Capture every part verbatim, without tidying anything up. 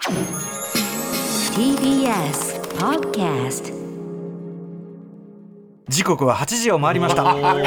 ティービーエス Podcast。 時刻ははちじを回りました。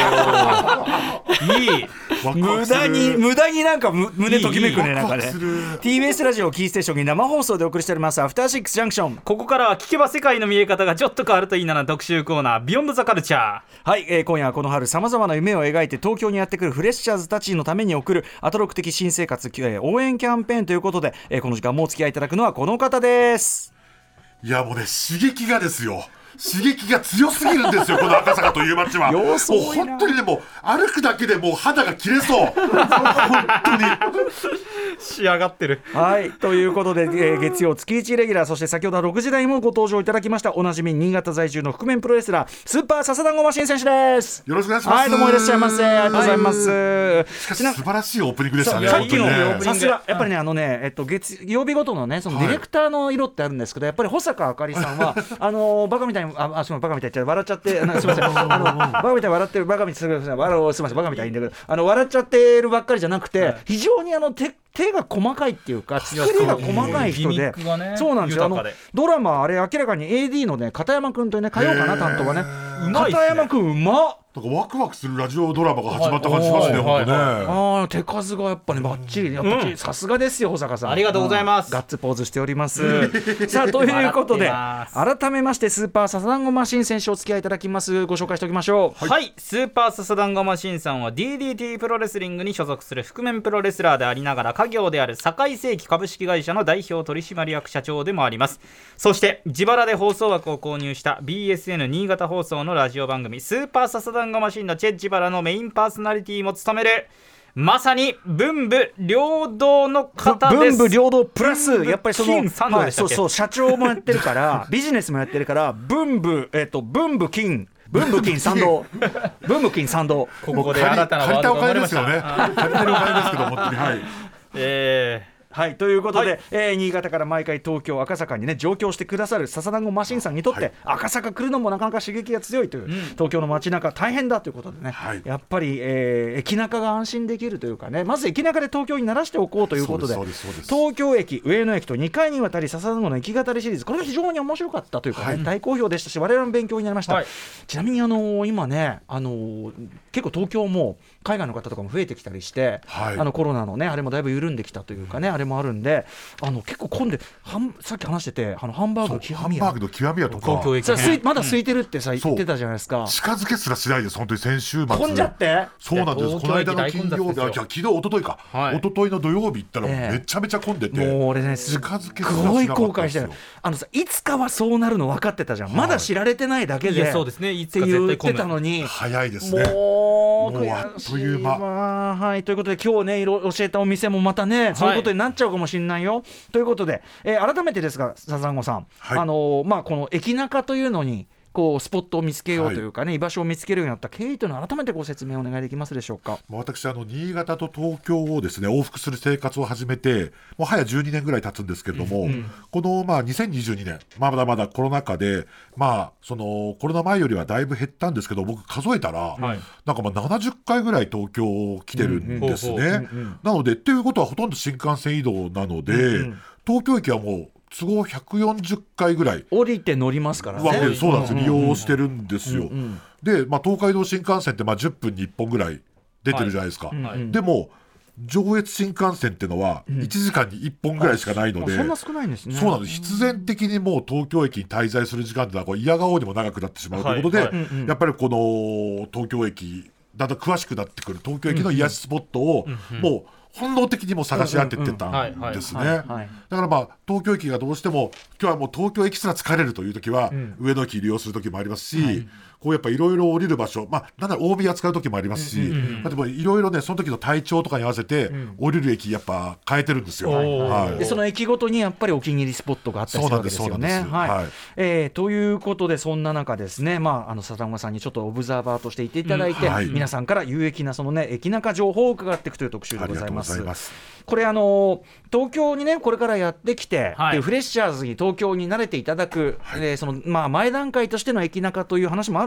いい無駄に無駄になんか胸ときめくね。なんかね ティービーエス ラジオキーステーションに生放送でお送りしておりますアフターシックスジャンクション。 ここからは聞けば世界の見え方がちょっと変わるといいなな特集コーナービヨンドザカルチャー。 はい、えー、今夜はこの春さまざまな夢を描いて東京にやってくるフレッシャーズたちのために送るアトロク的新生活、えー、応援キャンペーンということで、えー、この時間もお付き合いいただくのはこの方です。 いやもうね、刺激がですよ、刺激が強すぎるんですよこの赤坂という街は。もう本当にね、もう歩くだけでもう肌が切れそう本当に仕上がってる。 はいということで、えー、月曜月いちレギュラー、そして先ほどはろくじ台もご登場いただきましたおなじみ新潟在住の覆面プロレスラースーパーササダンゴマシン選手です。 よろしくお願いします。 はいどうもいらっしゃいませ。ありがとうございます、 はい、しかし素晴らしいオープニングでしたね。 さっきのね、 さすがやっぱりね、あのね、えっと、月曜日ごとのねそのディレクターの色ってあるんですけど、はい、やっぱり保坂あかりさんはあのバカみたいにああすみませんバカみたいに笑っちゃってすみませんあのバカみたいに笑ってるバカみたいにすみませんバカみたいにだけどあの笑っちゃってるばっかりじゃなくて、はい、非常にあの手手が細かいっていうか作りが細かい人で、 ね、 そうなんですよ。あのドラマあれ明らかに エーディー のね片山くんとね火曜かな担当がね、うまいっすね。片山くんうまっ。 なんかワクワクするラジオドラマが始まった感じしますね、本当ね。 ああ手数がやっぱねバッチリ、やっぱさすがですよ保坂さん。 ありがとうございます。 ガッツポーズしておりますさあということで改めましてスーパーササダンゴマシン選手お付き合いいただきます。ご紹介しておきましょう。 はい、はい、スーパーササダンゴマシンさんは ディーディーティー プロレスリングに所属する覆面プロレスラーでありながら家業である堺世紀株式会社の代表取締役社長でもあります。そして自腹で放送枠を購入した ビーエスエヌ 新潟放送のラジオ番組スーパーササダンゴマシンのチェッジバラのメインパーソナリティも務めるまさに文武両道の方です。 文武両道プラスやっぱりその、 はい、 そうそう社長もやってるからビジネスもやってるから文武、えっと、文武金文武金三道文武金三道ここで新たなワードが生まれました。 借りたお金ですよね借りてるお金ですけど本当にはい、 えーはいということで、 はいえー、新潟から毎回東京赤坂にね上京してくださるササダンゴマシンさんにとって、はい、赤坂来るのもなかなか刺激が強いという、うん、東京の街中大変だということでね、はい、やっぱり、えー、駅中が安心できるというかね、まず駅中で東京に慣らしておこうということで、東京駅上野駅とにかいにわたりササダンゴの駅語りシリーズ、これが非常に面白かったというか、ね、はい、大好評でしたし我々の勉強になりました、はい、ちなみにあのー、今ね、あのー、結構東京も海外の方とかも増えてきたりして、はい、あのコロナのねあれもだいぶ緩んできたというかね、あれもあるんであの結構混んではんさっき話しててあのハンバーグ極み屋ハンバーグの極み屋とか東京駅、 ね、まだ空いてるってさ、うん、言ってたじゃないですか。 近づけすらしないです本当に。先週末混んじゃってそうなんです。この間の金曜日、あ、じゃあ昨日一昨日か、はい、一昨日の土曜日行ったらめちゃめちゃ混んでて、えー、もう俺ねすっごい後悔してる。あのさいつかはそうなるの分かってたじゃん、はい、まだ知られてないだけで、 いやそうですね、いつか絶対混むって言ってたのに早いですね。 もうもうあっという間。 はい、ということで今日ねいろ教えたお店もまたね、はい、そういうことになっちゃうかもしれないよということで、えー、改めてですがサザンゴさん、はい、あのーまあ、この駅中というのにこうスポットを見つけようというかね、はい、居場所を見つけるようになった経緯というのを改めてご説明お願いできますでしょうか。 私あの新潟と東京をですね往復する生活を始めてもう早じゅうにねんぐらい経つんですけれども、うん、このまあにせんにじゅうにねん、まだまだコロナ禍で、まあ、そのコロナ前よりはだいぶ減ったんですけど、僕数えたら、はい、なんかまあななじゅっかいぐらい東京来てるんですね。なのでっていうことはほとんど新幹線移動なので、うんうん、東京駅はもう都合ひゃくよんじゅっかいぐらい降りて乗りますからね。 そうなんです、利用してるんですよ、うんうん、で、まあ、東海道新幹線ってまあじゅっぷんにいっぽんぐらい出てるじゃないですか、はいはい、でも上越新幹線ってのはいちじかんにいっぽんぐらいしかないので、 うん、そんな少ないんですね。 そうなんです。必然的にもう東京駅に滞在する時間ってのはこう嫌顔にも長くなってしまうということで、はいはい、やっぱりこの東京駅だんだん詳しくなってくる東京駅の癒しスポットをもう本能的にも探し当ててたんですね。だからまあ東京駅がどうしても今日はもう東京駅すら疲れるという時は、うん、上野駅利用する時もありますし、はい、こうやっぱいろいろ降りる場所、まあ、なんなら大宮使う時もありますし、でもいろいろねその時の体調とかに合わせて、うん、降りる駅やっぱ変えてるんですよ、はい、 でその駅ごとにやっぱりお気に入りスポットがあったりするわけですよね。ということでそんな中ですね、まあ、あのサザンゴさんにちょっとオブザーバーとしていていただいて、うんはい、皆さんから有益なその、ね、駅中情報を伺っていくという特集でございます。これあの東京にねこれからやってきて、はい、でフレッシャーズに東京に慣れていただく、はい、でそのまあ、前段階としての駅中という話もある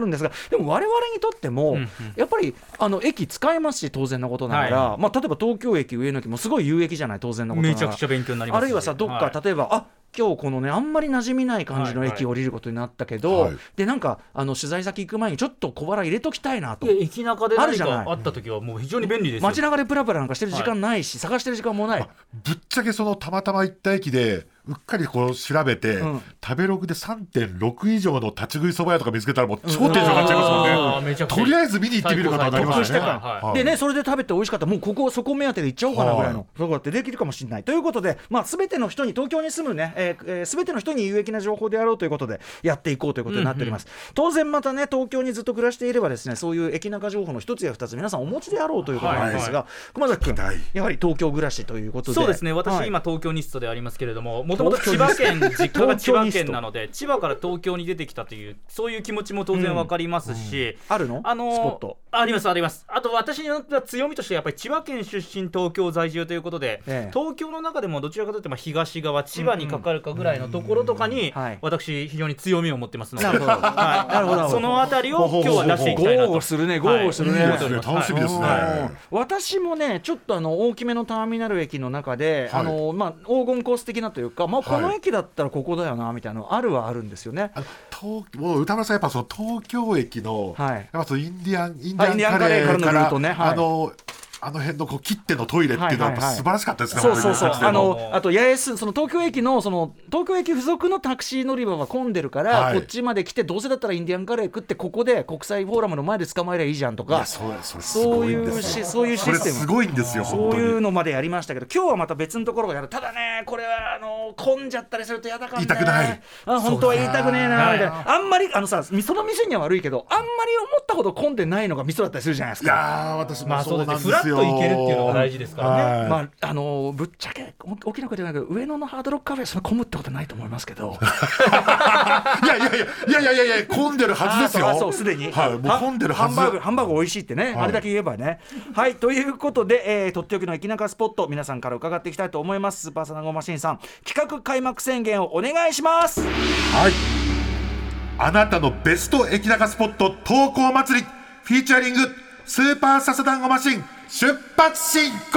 るんですが、でも我々にとっても、うんうん、やっぱりあの駅使えますし当然なことながら、はい、まあ、例えば東京駅上野駅もすごい有益じゃない、当然なことながら。 めちゃくちゃ勉強になります。 あるいはさ、どっか、はい、例えばあ今日このねあんまり馴染みない感じの駅を降りることになったけど、はいはい、でなんかあの取材先行く前にちょっと小腹入れときたいなと。 駅中で何かあった時はもう非常に便利ですよ。 街中でプラプラなんかしてる時間ないし、はい、探してる時間もない、まあ、 ぶっちゃけそのたまたま行った駅でうっかりこう調べて、うん、食べログで さんてんろく 以上の立ち食いそば屋とか見つけたらもう超テンション上がっちゃいますもんね。とりあえず見に行ってみるかとなりますよね。 はい、でねそれで食べて美味しかったらもうここそこ目当てで行っちゃおうかなぐらいのところってできるかもしれないということで、まあ、全ての人に東京に住むね、えーえー、全ての人に有益な情報であろうということでやっていこうということになっております、うんうん、当然またね東京にずっと暮らしていればですねそういう駅中情報の一つや二つ皆さんお持ちであろうということなんですが、はいはい、熊崎君やはり東京暮らしということで。 そうですね、私、はい、今東京ニストでありますけれども、もともと千葉県実家が千葉県なので千葉から東京に出てきたというそういう気持ちも当然わかりますし、うんうん、 あるのあのー、 スポットありますあります。あと私にとっては強みとしてやっぱり千葉県出身東京在住ということで、ええ、東京の中でもどちらかというとまあ東側千葉にかかるかぐらいのところとかに、うんうん、私非常に強みを持ってますので、なるほど、はい、なるほどそのあたりを今日は出していきたいなと。 豪語するね豪語するね、 はい、楽しみですね、はい、 私もねちょっとあの大きめのターミナル駅の中で、はい、あのまあ、黄金コース的なというか、まあ、この駅だったらここだよなみたいなのあるはあるんですよね。 あ東もう歌丸さんやっぱその東京駅の、はい、やっぱそのインディアンインディアンインディアンカレーからのルートね、はい、 あのあの辺のこう切手のトイレっていうのはやっぱ素晴らしかったですね。 そうそうそう、あのあと八重洲その東京駅のその東京駅付属のタクシー乗り場は混んでるから、はい、こっちまで来てどうせだったらインディアンカレー食ってここで国際フォーラムの前で捕まえりゃいいじゃんとか、そういうしそういうシステムすごいんですよ。 そういうのまでやりましたけど今日はまた別のところがやる。ただねこれはあの混んじゃったりすると嫌だからね。 言いたくない。 あ本当は言いたくねえなみたいな。あんまりあのさその店には悪いけどあんまり思ったほど混んでないのが味噌だったりするじゃないですか。 いや私もそうなんですよ。 まあ、そうですね。フラッと行けるっていうのが大事ですからね。 まあ、あのぶっちゃけ大きな声ではないけど上野のハードロックカフェそれ混むってことないと思いますけどいやいやいやいやいやいやいや混んでるはずですよ。 あそうすでに、 はい、もう混んでるはず。 ハンバーグハンバーグ美味しいってね、はい、あれだけ言えばね。はいということで、えー、とっておきの駅ナカスポット皆さんから伺っていきたいと思います。スーパーサナゴマシンさん企画開幕宣言をお願いします。 はい、あなたのベスト駅ナカスポット投稿祭りフィーチャリングスーパーササダンゴマシン出発進行。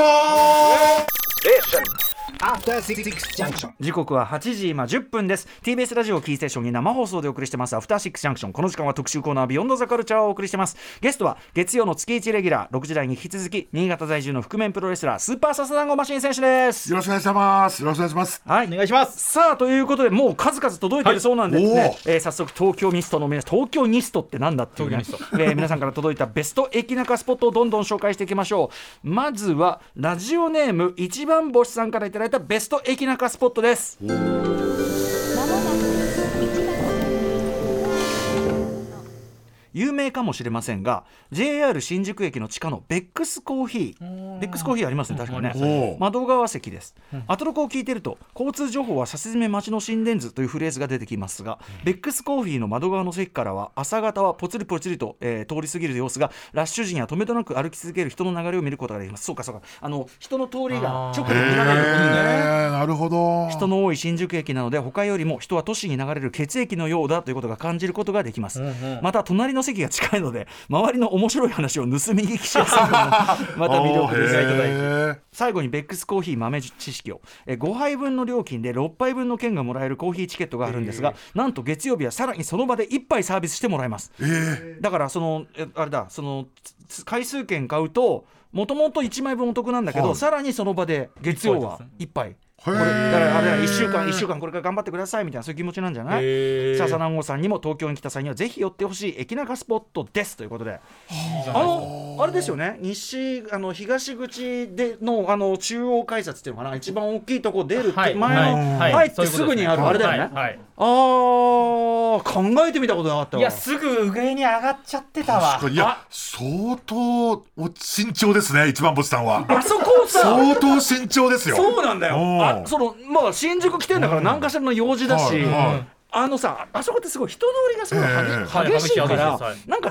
時刻ははちじ今じゅっぷんです。 ティービーエス ラジオキーステーションに生放送でお送りしてますアフターシックスジャンクション。この時間は特集コーナービヨンドザカルチャーをお送りしてます。ゲストは月曜の月いちレギュラーろくじ台に引き続き新潟在住の覆面プロレスラースーパーササダンゴマシン選手です。 よろしくお願いします。よろしくお願いします。 はい、お願いします。さあということでもう数々届いているそうなんですね、はい、えー、早速東京ミストの皆さん東京ニストってなんだっていうね、えー、皆さんから届いたベスト駅ナカスポットをどんどん紹介していきましょう。まずはラジオネーム一番星さんからいただいたベスト駅ナカスポットです。有名かもしれませんが ジェイアール 新宿駅の地下のベックスコーヒーベックスコーヒーありますね確かね。窓側席です。アトロクを聞いてると交通情報はさしずめ町の心電図というフレーズが出てきますが、ベックスコーヒーの窓側の席からは朝方はポツリポツリと、えー、通り過ぎる様子がラッシュ時には止めどなく歩き続ける人の流れを見ることができます。そうかそうか、あの人の通りが直で見られることね。 なるほど。 人の多い新宿駅なので他よりも人は都市に流れる血液のようだということが感じることができます、うんうん、また隣の席が近いので周りの面白い話を盗み聞きしやすいのもまた魅力ですがいただいて、最後にベックスコーヒー豆知識をえごはいぶんの料金でろっぱいぶんの券がもらえるコーヒーチケットがあるんですが、なんと月曜日はさらにその場でいっぱいサービスしてもらえます、えー、だからそのえあれだその回数券買うともともといちまいぶんお得なんだけど、はい、さらにその場で月曜はいっぱいこれだからあれいっしゅうかんいっしゅうかんこれから頑張ってくださいみたいなそういう気持ちなんじゃない。さあサナンゴさんにも東京に来た際にはぜひ寄ってほしい駅ナカスポットですということで、あのあれですよね、西あの東口で の, あの中央改札っていうのかな、一番大きいとこ出るって前の、はい、入ってすぐにあるあれだよね、はいはい、あー考えてみたことなかったわ。 いやすぐ上に上がっちゃってたわ。 確かにいや相当慎重ですね一番星さんは。 あそこさ相当慎重ですよ。 そうなんだよ。あそのまあ新宿来てんだから何かしらの用事だし、はいはい、あのさあそこってすごい人通りがすごい、えー、激しいから、はい、なんかさ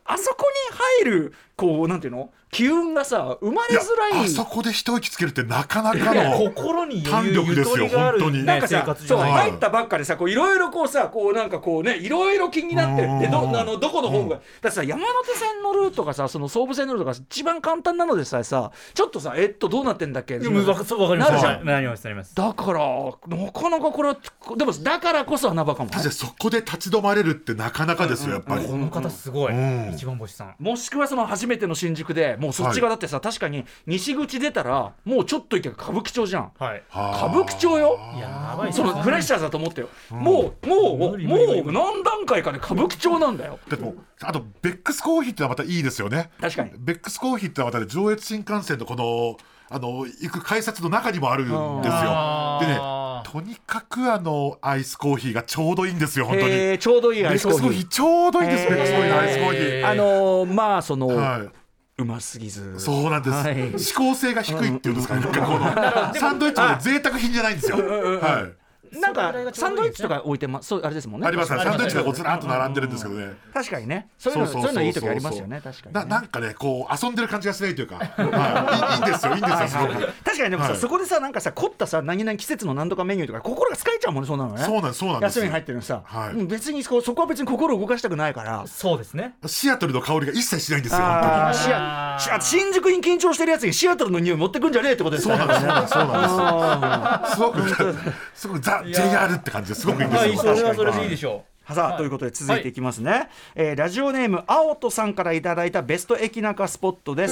あそこに入るこうなんていうの機運がさ生まれづらい。 あそこで一息つけるってなかなかの心に胆力ですよ本当に。 なんかさそうはい入ったばっかでさいろいろこうさこうなんかこうねいろいろ気になってるでどあのどこの本がだってさ山手線のルートがさその総武線のルートが一番簡単なのでさえさちょっとさえっとどうなってんだっけ。 そうわかります。 なるじゃん。 なりますなります。 だからなかなかこれはでもだからこそ穴場かも。 確かにそこで立ち止まれるってなかなかですよやっぱり。 この方すごい、 うん一番星さん。 もしくはその初めての新宿でもうそっち側だってさ、はい、確かに西口出たらもうちょっと行けば歌舞伎町じゃん、はい、歌舞伎町よ。 やばい。 そのフレッシャーズだと思ってよ、うん、もうもうもう何段階かで歌舞伎町なんだよ。 でもあとベックスコーヒーってのはまたいいですよね。 確かにベックスコーヒーってのはまた、ね、上越新幹線のこのあの行く改札の中にもあるんですよ。でねとにかくあのアイスコーヒーがちょうどいいんですよ本当に。 ちょうどいいアイスコーヒー。 ベックスコーヒーちょうどいいんです。ベックスコーヒーのアイスコーヒー。 あのー、まあその、はいうますぎず。 そうなんです、はい、指向性が低いっていうんですかね、なんかこのサンドイッチも、ね、贅沢品じゃないんですよ。はい。なんかサンドイッチとか置いてます。そうあれですもんね。 ありますね。サンドイッチがこうずらっと並んでるんですけどね。 確かにね。そういうのそういうのいい時ありますよね。確かに、ね。ななんかねこう遊んでる感じがしないというか、はい、いいんですよいいんですよすごく。 確かにでもさ、はい、そこでさなんかさ凝ったさ何々季節の何とかメニューとか心が疲れちゃうもんね。そうなのね。 そうなんそうなんです。 休みに入ってるのさ、 はい、 別にそこそこは別に心を動かしたくないから。 そうですね。 シアトルの香りが一切しないんですよ。 ああシア新宿に緊張してるやつにシアトルの匂い持ってくんじゃねえってことですよね。そうなんですそうなんです。すごくすごくザ ジェイアール って感じですごくいいんですよ。 それはそれでいいでしょう。 さあ、はい、ということで続いていきますね、はい。えー、ラジオネーム青戸さんからいただいたベスト駅ナカスポットです。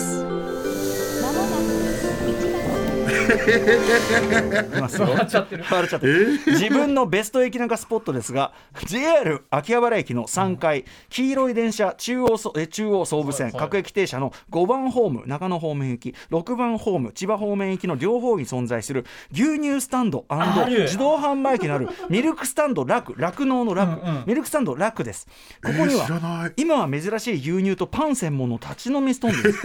笑っちゃってる笑っちゃってる、えー、自分のベスト駅ナカスポットですが ジェイアール 秋葉原駅のさんかい、うん、黄色い電車中央そえ中央総武線、はいはい、各駅停車のごばんホーム中野方面行き、ろくばんホーム千葉方面行きの両方に存在する牛乳スタンド&自動販売機のあるミルクスタンド楽酪農の楽、うんうん、ミルクスタンド楽です。ここには、えー、今は珍しい牛乳とパン専門の立ち飲みストーンです。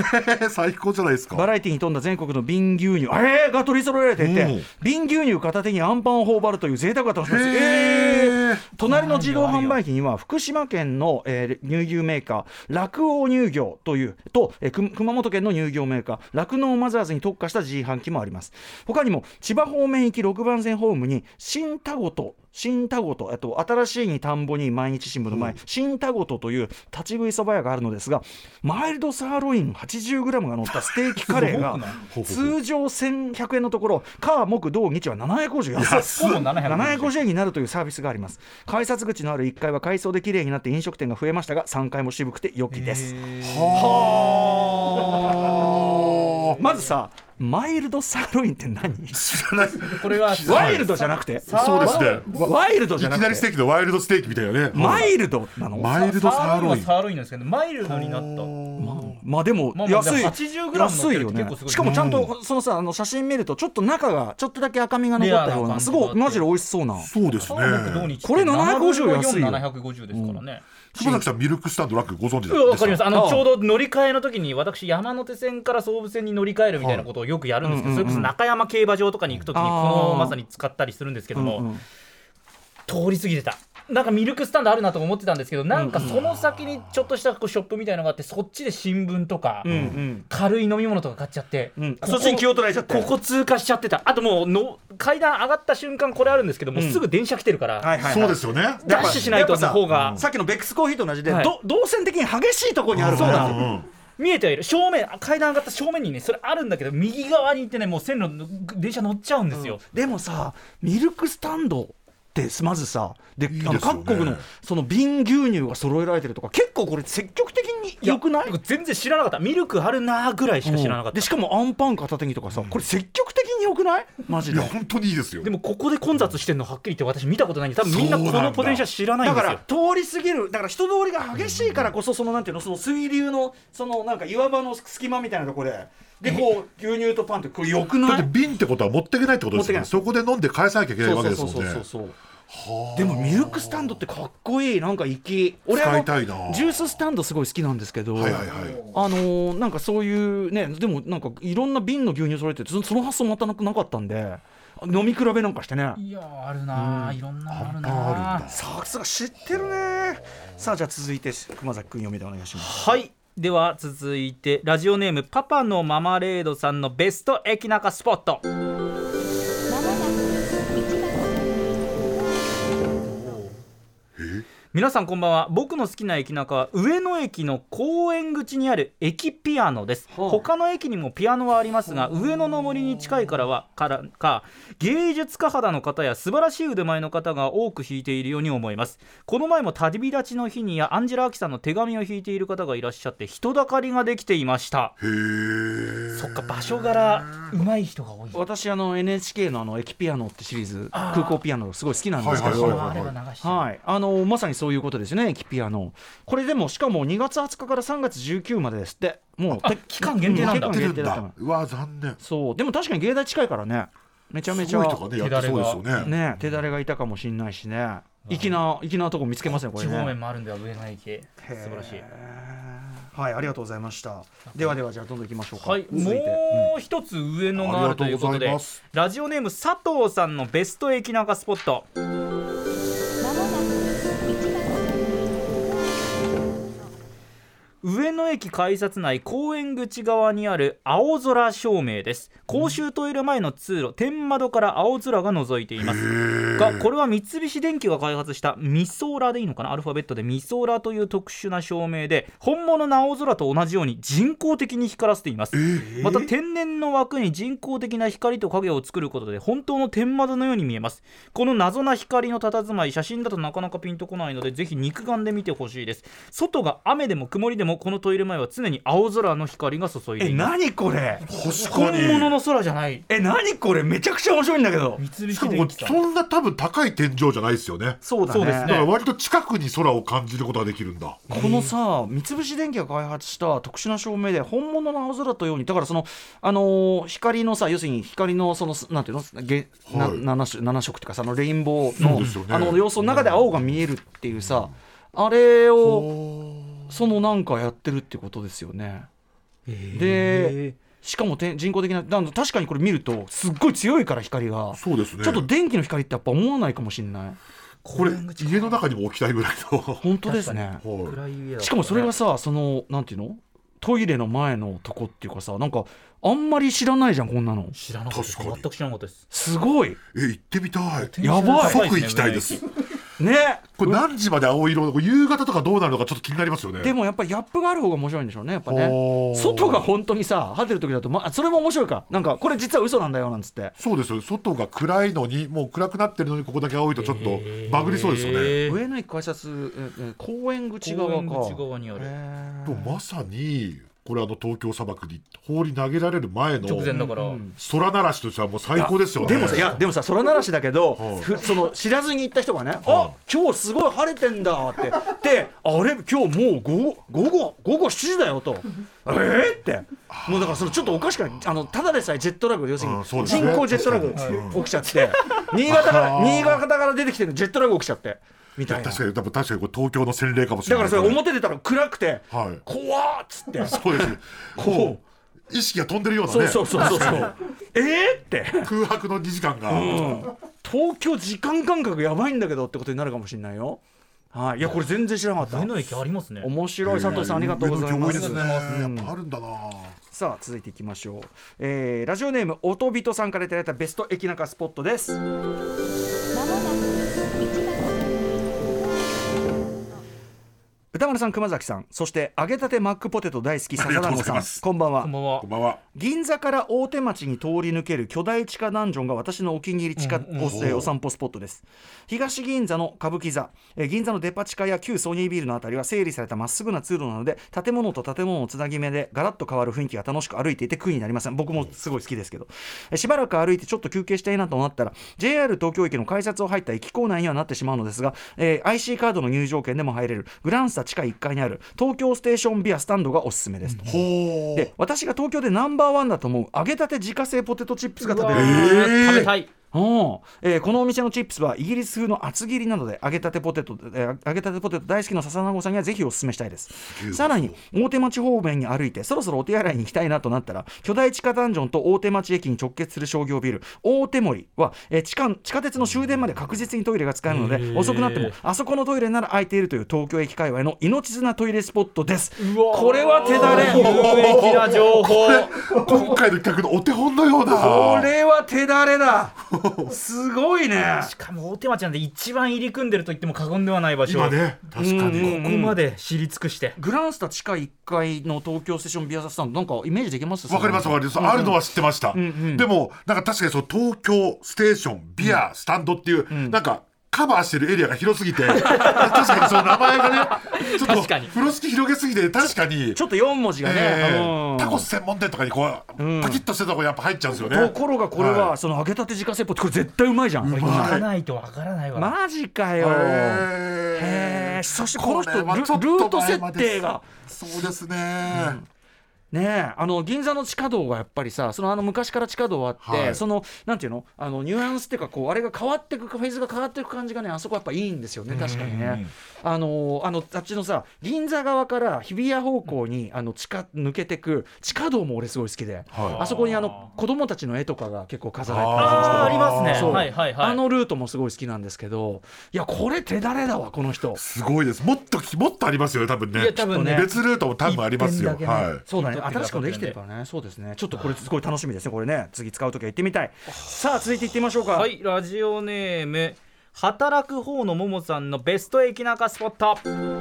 最高じゃないですか。 バラエティに富んだ全国の瓶牛乳えー、が取り揃えられていて、うん、瓶牛乳片手にアンパンを頬張るという贅沢が楽しめます。えー、隣の自動販売機には福島県の、えー、乳牛メーカー酪王乳業というと、えー、熊本県の乳業メーカー酪農マザーズに特化した自販機もあります。他にも千葉方面行きろくばん線ホームに新田ごと新田ごとあと新しいに田んぼに毎日新聞の前、うん、新田ごとという立ち食いそば屋があるのですがマイルドサーロイン はちじゅうグラム が乗ったステーキカレーが通常せんひゃくえんのところ火木土日はななひゃくごじゅう安いななひゃくごじゅうえんになるというサービスがあります。改札口のあるいっかいは改装できれいになって飲食店が増えましたがさんかいも渋くて良きです。はまずさマイルドサーロインって何？ 知らない。 これはワイルドじゃなくて、 そうですね。 ワイルドじゃなくて、 いきなりステーキのワイルドステーキみたいなね。 マイルドなの？ マイルドサーロイン。 サーロインなんですけど、マイルドになった。 まあ、まあでも安い、 はちじゅうグラム安いよね。しかもちゃんとそのさあの写真見るとちょっと中がちょっとだけ赤みが残ったような、すごいマジで美味しそうな。 そうですね。 これななひゃくごじゅう安いよ。 ななひゃくごじゅうですからね。 柴崎さんミルクスタンド楽ご存知ですか？ わかります。あのちょうど乗り換えの時に私山手線から総武線に乗り換えるみたいなことをよくやるんですけど、それこそ中山競馬場とかに行く時にこのまさに使ったりするんですけども、うんうん、通り過ぎてた。なんかミルクスタンドあるなと思ってたんですけど、なんかその先にちょっとしたこうショップみたいなのがあって、そっちで新聞とか、うんうん、軽い飲み物とか買っちゃって、うん、 そっちに気を取られちゃって、 ここ通過しちゃってた。あともうの階段上がった瞬間これあるんですけども、うん、すぐ電車来てるから、 はいはいはい、そうですよね。 ダッシュしないとの方が、 さっきのベックスコーヒーと同じで、はい、ど動線的に激しいところにあるから、うんうん、 見えてはいる。正面階段上がった正面にねそれあるんだけど、右側に行ってねもう線路電車乗っちゃうんですよ、 うん、でもさミルクスタンドでまずさでいい、ね、あの各国のその瓶牛乳が揃えられてるとか結構これ積極的に良くない？ 全然知らなかった。ミルクあるなぐらいしか知らなかった、うん、 でしかもアンパン片手にとかさ、うん、これ積極的に良くない？マジで。 いや本当にいいですよ。 でもここで混雑してるのはっきり言って私見たことないんで、多分みんなこのポテンシャル知らないんですよ。 だから通り過ぎる、だから人通りが激しいからこそ、そのなんていうの、その水流のそのなんか岩場の隙間みたいなところででこう牛乳とパンってこれ良くない？ だって瓶ってことは持っていけないってことですよね。そこで飲んで返さなきゃいけないわけですもんね。そうそうそうそうそう。 でもミルクスタンドってかっこいい。なんか粋。俺はジューススタンドすごい好きなんですけど、はいはいはい、あのー、なんかそういうね、でもなんかいろんな瓶の牛乳揃えてその発想またなくなかったんで、 飲み比べなんかしてね。 いやあるな、うん、いろんなあるな。 さすが知ってるね。さあじゃあ続いて熊崎くん読みでお願いします。 はい、では続いてラジオネームパパのママレードさんのベスト駅ナカスポット。皆さんこんばんは。僕の好きな駅ナカは上野駅の公園口にある駅ピアノです、はあ、他の駅にもピアノはありますが、はあ、上野の森に近いからはからか芸術家肌の方や素晴らしい腕前の方が多く弾いているように思います。この前も旅立ちの日にやアンジェラ・アキさんの手紙を弾いている方がいらっしゃって人だかりができていました。 へー、 そっか、場所柄上手い人が多い。 私あの エヌエイチケー の, あの駅ピアノってシリーズ空港ピアノすごい好きなんですけど、はい、あのまさにそういうことですね。駅ピアノこれでもしかもにがつはつかからさんがつじゅうくにちまでですって。もう期間限定なんだ。 限定だった。 うわ残念。 そうでも確かに芸大近いからね、めちゃめちゃすごいとかねやってそうですよね。 ね、手だれがいたかもしれないしね。粋な粋なとこ見つけますねこれね。 地方面もあるんだよ上野駅。素晴らしい。 はい、ありがとうございました。ではではじゃあどんどんいきましょうか。 はい、もう一つ上野があるということで、うん、ラジオネーム佐藤さんのベスト駅ナカスポット。上野駅改札内公園口側にある青空照明です。公衆トイレ前の通路天窓から青空が覗いていますが、これは三菱電機が開発したミソーラでいいのかな、アルファベットでミソーラという特殊な照明で本物の青空と同じように人工的に光らせています。また天然の枠に人工的な光と影を作ることで本当の天窓のように見えます。この謎な光の佇まい、写真だとなかなかピンとこないのでぜひ肉眼で見てほしいです。外が雨でも曇りでもこのトイレ前は常に青空の光が注いでいます。 え、何これ、 本物の空じゃない。 え、何これ、めちゃくちゃ面白いんだけど。 三菱電機さん、 そんな多分高い天井じゃないですよね。 そうだね。 そうですね。 だから割と近くに空を感じることができるんだ。 このさ、三菱電機が開発した特殊な照明で本物の青空というように、だからそのあのー、光のさ、要するに光のそのなんていうの、げ、はい、な 7, 7色っていうかさ、のレインボー の,、ね、あの様子の中で青が見えるっていうさ、うん、あれをそのなんかやってるってことですよね。でしかも人工的な、確かにこれ見るとすっごい強いから光が。 そうですね。 ちょっと電気の光ってやっぱ思わないかもしれない。 これ家の中にも置きたいぐらいの本当ですね。 はい、 しかもそれがさ、そのなんていうの、トイレの前のとこっていうかさ、なんかあんまり知らないじゃんこんなの。 知らなかった。全く知らなかったです。 すごい。 え、行ってみたい。 やばい。 即行きたいですね。 これ何時まで青色、夕方とかどうなるのかちょっと気になりますよね。 でもやっぱりギャップがある方が面白いんでしょうね、やっぱね。外が本当にさ晴れてる時だと、まあ、それも面白いか、なんかこれ実は嘘なんだよなんつって。 そうですよ。外が暗いのに、もう暗くなってるのにここだけ青いとちょっとバグりそうですよね。 上野駅改札公園口側か。 公園口側にある。 とまさにこれあの東京砂漠に放り投げられる前の直前だから、 空鳴らしとしてはもう最高ですよね。 でもさ、いやでもさ、空鳴らしだけど、はい、その知らずに行った人がね、はい、あ、今日すごい晴れてんだってで、あれ今日もう午後午後午後しちじだよとえーってもうだからそのちょっとおかしくない、あのただでさえジェットラグ、要するに人工ジェットラグ起きちゃって、新潟から新潟から出てきてるジェットラグ起きちゃってみたいな。 確かに確かにこれ東京の洗礼かもしれない。 だからそれ表出たら暗くて、はい、怖っつってそうですこう意識が飛んでるようなね。 そうそうそうそうえーって空白のにじかんが、うん、 東京時間感覚やばいんだけどってことになるかもしれないよ。はい、いやこれ全然知らなかった。 上野駅ありますね。 面白い。佐藤さんありがとうございます。 ですね、やっぱあるんだな。 さあ続いていきましょう。えー、ラジオネーム音人さんからいただいたベスト駅ナカスポットです。歌丸さん、熊崎さん、そして揚げたてマックポテト大好き笹団子さん、こんばんは。 こんばんは。 こんばんは。 銀座から大手町に通り抜ける巨大地下ダンジョンが私のお気に入り地下、うんうん、お, お散歩スポットです。東銀座の歌舞伎座、え銀座のデパ地下や旧ソニービルのあたりは整理されたまっすぐな通路なので、建物と建物のつなぎ目でガラッと変わる雰囲気が楽しく歩いていて苦になりません。僕もすごい好きですけど、えしばらく歩いてちょっと休憩したいなとなったら ジェイアール 東京駅の改札を入った駅構内にはなってしまうのですが、えー、アイシー カードの入場券でも入れるグランスタ地下いっかいにある東京ステーションビアスタンドがおすすめですと。で、私が東京でナンバーワンだと思う揚げたて自家製ポテトチップスが食べれる、 えー、食べたい。 お、えー、このお店のチップスはイギリス風の厚切りなので揚げたてポテト、えー、揚げたてポテト大好きな笹団子さんにはぜひお勧めしたいです。さらに大手町方面に歩いてそろそろお手洗いに行きたいなとなったら、巨大地下ダンジョンと大手町駅に直結する商業ビル大手森は、えー、地下、地下鉄の終電まで確実にトイレが使えるので、遅くなってもあそこのトイレなら空いているという東京駅界隈の命綱トイレスポットです。これは手だれ、 有益な情報。 今回の企画のお手本のような。 これは手だれだすごいね。 しかも大手町なんで一番入り組んでると言っても過言ではない場所。 今ね、確かにここまで知り尽くして、 グランスタ地下いっかいの東京ステーションビアスタンド、なんかイメージできます？ わかりますわかります、うんうん、あるのは知ってました、うんうん、でもなんか確かにその東京ステーションビアスタンドっていう、うん、なんかカバーしてるエリアが広すぎて確かにその名前がねちょっと風呂敷広げすぎて確かにちょっとよん文字がね、 えーうん、タコス専門店とかにこう、うん、パキッとしてたとこやっぱ入っちゃうんですよね。 ところがこれは、はい、その揚げたて自家製ポテト、これ絶対うまいじゃん。 行かないとわからないわ。 マジかよ。へー、そしてこの人ル、ルート設定がそうですね、うんねえ、あの銀座の地下道がやっぱりさ、そのあの昔から地下道あって、はい、そのなんていうの、あのニュアンスっていうか、こうあれが変わっていく、フェーズが変わっていく感じがね、あそこやっぱいいんですよね。確かにね、あのあのあっちのさ銀座側から日比谷方向にあの地下抜けてく地下道も俺すごい好きで、はい、あそこにあの子供たちの絵とかが結構飾られてるんですけど、 あ, ありますね。 そう、 はいはいはい、 あのルートもすごい好きなんですけど、いやこれ手だれだわこの人。 すごいです。もっともっとありますよね多分ね。 いや多分ね、 別ルートも多分ありますよ。ね、はい、 そうだね、新しくできてるからね。そうですね、ちょっとこれすごい楽しみですね。これね、次使うときは行ってみたい。さあ続いて行ってみましょうか。 はい、ラジオネーム働く方のももさんのベスト駅ナカスポット。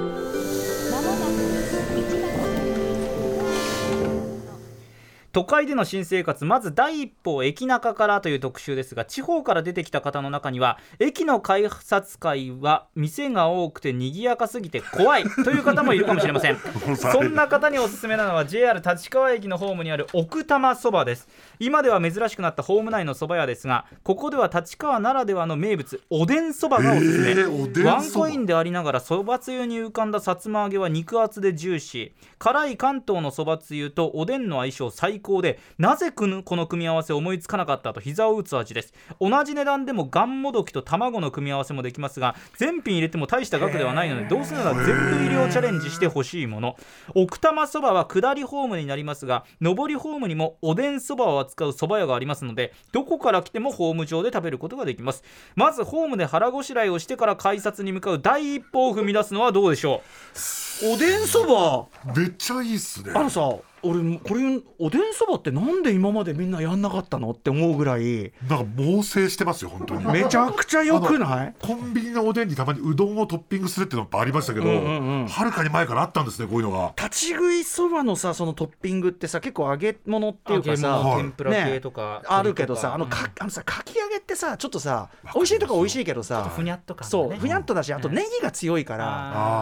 都会での新生活、まず第一歩駅ナカからという特集ですが、地方から出てきた方の中には駅の改札会は店が多くて賑やかすぎて怖いという方もいるかもしれませんそんな方におすすめなのは ジェイアール 立川駅のホームにある奥多摩そばです。今では珍しくなったホーム内のそば屋ですが、ここでは立川ならではの名物おでんそばがおすすめ、えー、ワンコインでありながらそばつゆに浮かんださつま揚げは肉厚でジューシー、辛い関東のそばつゆとおでんの相性最高で、なぜこの組み合わせを思いつかなかったと膝を打つ味です。同じ値段でもがんもどきと卵の組み合わせもできますが、全品入れても大した額ではないので、どうせなら全部入りをチャレンジしてほしいもの。奥多摩そばは下りホームになりますが、上りホームにもおでんそばを扱うそば屋がありますので、どこから来てもホーム上で食べることができます。まずホームで腹ごしらえをしてから改札に向かう第一歩を踏み出すのはどうでしょう。おでんそばめっちゃいいっすね。 あのさ、俺これおでんそばってなんで今までみんなやんなかったのって思うぐらい、 なんか猛省してますよ本当に。 めちゃくちゃ良くない？ コンビニのおでんにたまにうどんをトッピングするっていうのもありましたけど、うんうんうん、はるかに前からあったんですねこういうのが。 立ち食いそばのさ、そのトッピングってさ、結構揚げ物っていうかさ、 揚げ物、天ぷら系とか、 ね、あるけどさ、あのか、あのさ、かき揚げってさ、ちょっとさ美味しいとか美味しいけどさ、 ふにゃっとか、ね、 そうふにゃっとだし、あとネギが強いから、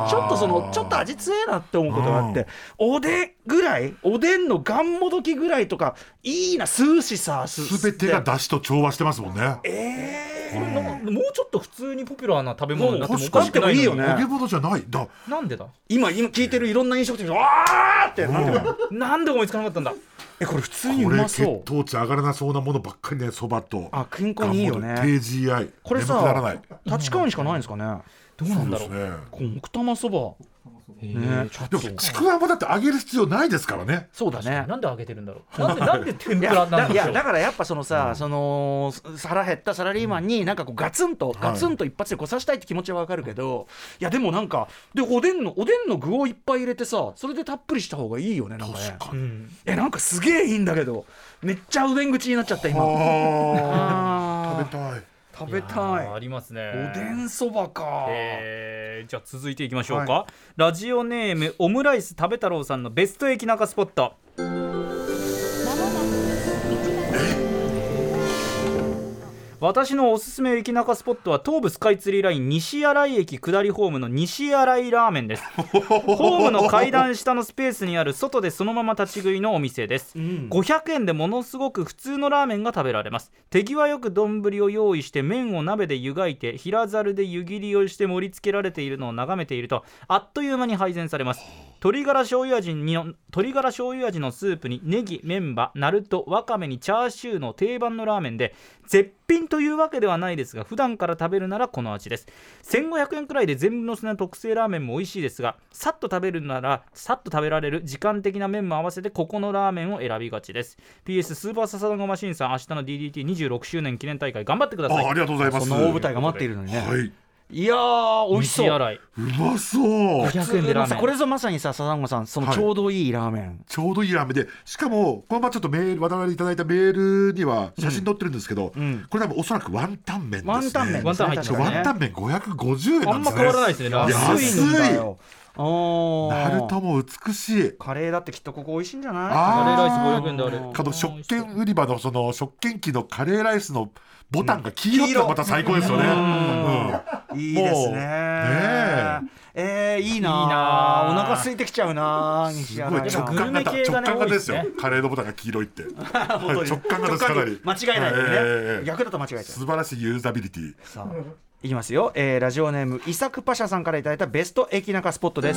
ちょっとそのちょっと味強いなって思うことがあって、おでんぐらい、おでんのがんもどきぐらいとかいいな、吸うしさ、 すべてが出汁と調和してますもんね。 えー、うん、もうちょっと普通にポピュラーな食べ物になってもおかしくないのに、 いいよね。 揚げ物じゃないだ。 なんでだ。 今今聞いてるいろんな飲食店がわーってなってるなんで思いつかなかったんだ。 え、これ普通にうまそう。 これ血糖値上がらなそうなものばっかりね、そばと。 あ、健康にいいよね。 低 ジーアイ。 これさ、立川にしかないんですかね。 どうなんだろう。 そうですね。 この奥多摩そば。ね、 でもちくわもだって揚げる必要ないですからね。 そうだね。 なんで揚げてるんだろう。なんでなんで天ぷらなんだろう。 いやだからやっぱそのさ、うん、その腹減ったサラリーマンになんかこうガツンと、うん、ガツンと一発でこさしたいって気持ちはわかるけど、はい、いやでもなんかでおでんのおでんの具をいっぱい入れてさ、それでたっぷりした方がいいよね。なんかね。 確かに。うん、 え、なんかすげえいいんだけど、めっちゃうでん口になっちゃった今。 あ食べたい。 食べたい。 ありますね。 おでんそばか。 えー、じゃあ続いていきましょうか、はい、ラジオネームオムライス食べ太郎さんのベスト駅ナカスポット。私のおすすめ駅ナカスポットは東武スカイツリーライン西新井駅下りホームの西新井ラーメンです。ホームの階段下のスペースにある外でそのまま立ち食いのお店です、うん、ごひゃくえんでものすごく普通のラーメンが食べられます。手際よく丼を用意して麺を鍋で湯がいて平ざるで湯切りをして盛り付けられているのを眺めているとあっという間に配膳されます。鶏ガラ醤油味に鶏ガラ醤油味のスープにネギ、メンマ、ナルト、わかめにチャーシューの定番のラーメンで絶品とというわけではないですが、普段から食べるならこの味です。せんごひゃくえんくらいで全部のせの特製ラーメンも美味しいですが、さっと食べるならさっと食べられる時間的な面も合わせてここのラーメンを選びがちです。 ピーエス スーパーササダンゴマシンさん、明日の ディーディーティーにじゅうろく 周年記念大会頑張ってください。 あ, ありがとうございます。 その大舞台が待っているのにね、 はい、 いやー美味しそう、 うまそうごひゃくえんでラーメン、 これぞまさにさサザンゴさん、そのちょうどいいラーメン、はい、 ちょうどいいラーメンで、しかもこのままちょっとメール我々いただいたメールには写真載ってるんですけど、うんうん、これ多分おそらくワンタン麺ですね。 ワンタン麺、 ワンタン入ってるね。 ワンタン麺ごひゃくごじゅうえんなんですね。 あんま変わらないですね。 安いんだよ。 ナルトも美しい。 カレーだってきっとここ美味しいんじゃない？ カレーライスごひゃくえんである。 あの食券売り場のその食券機のカレーライスのボタンが黄色ってのがまた最高ですよね。 うん、いいですね。ねえー、いいな。いいな。お腹空いてきちゃうな。 すごい直感型、直感型ですよ。カレーのボタンが黄色いって直感型です。かなり間違いないね、えー、逆だと間違えちゃう。 素晴らしいユーザビリティ。 さあいきますよ、えー、ラジオネームイサクパシャさんからいただいたベスト駅ナカスポットです。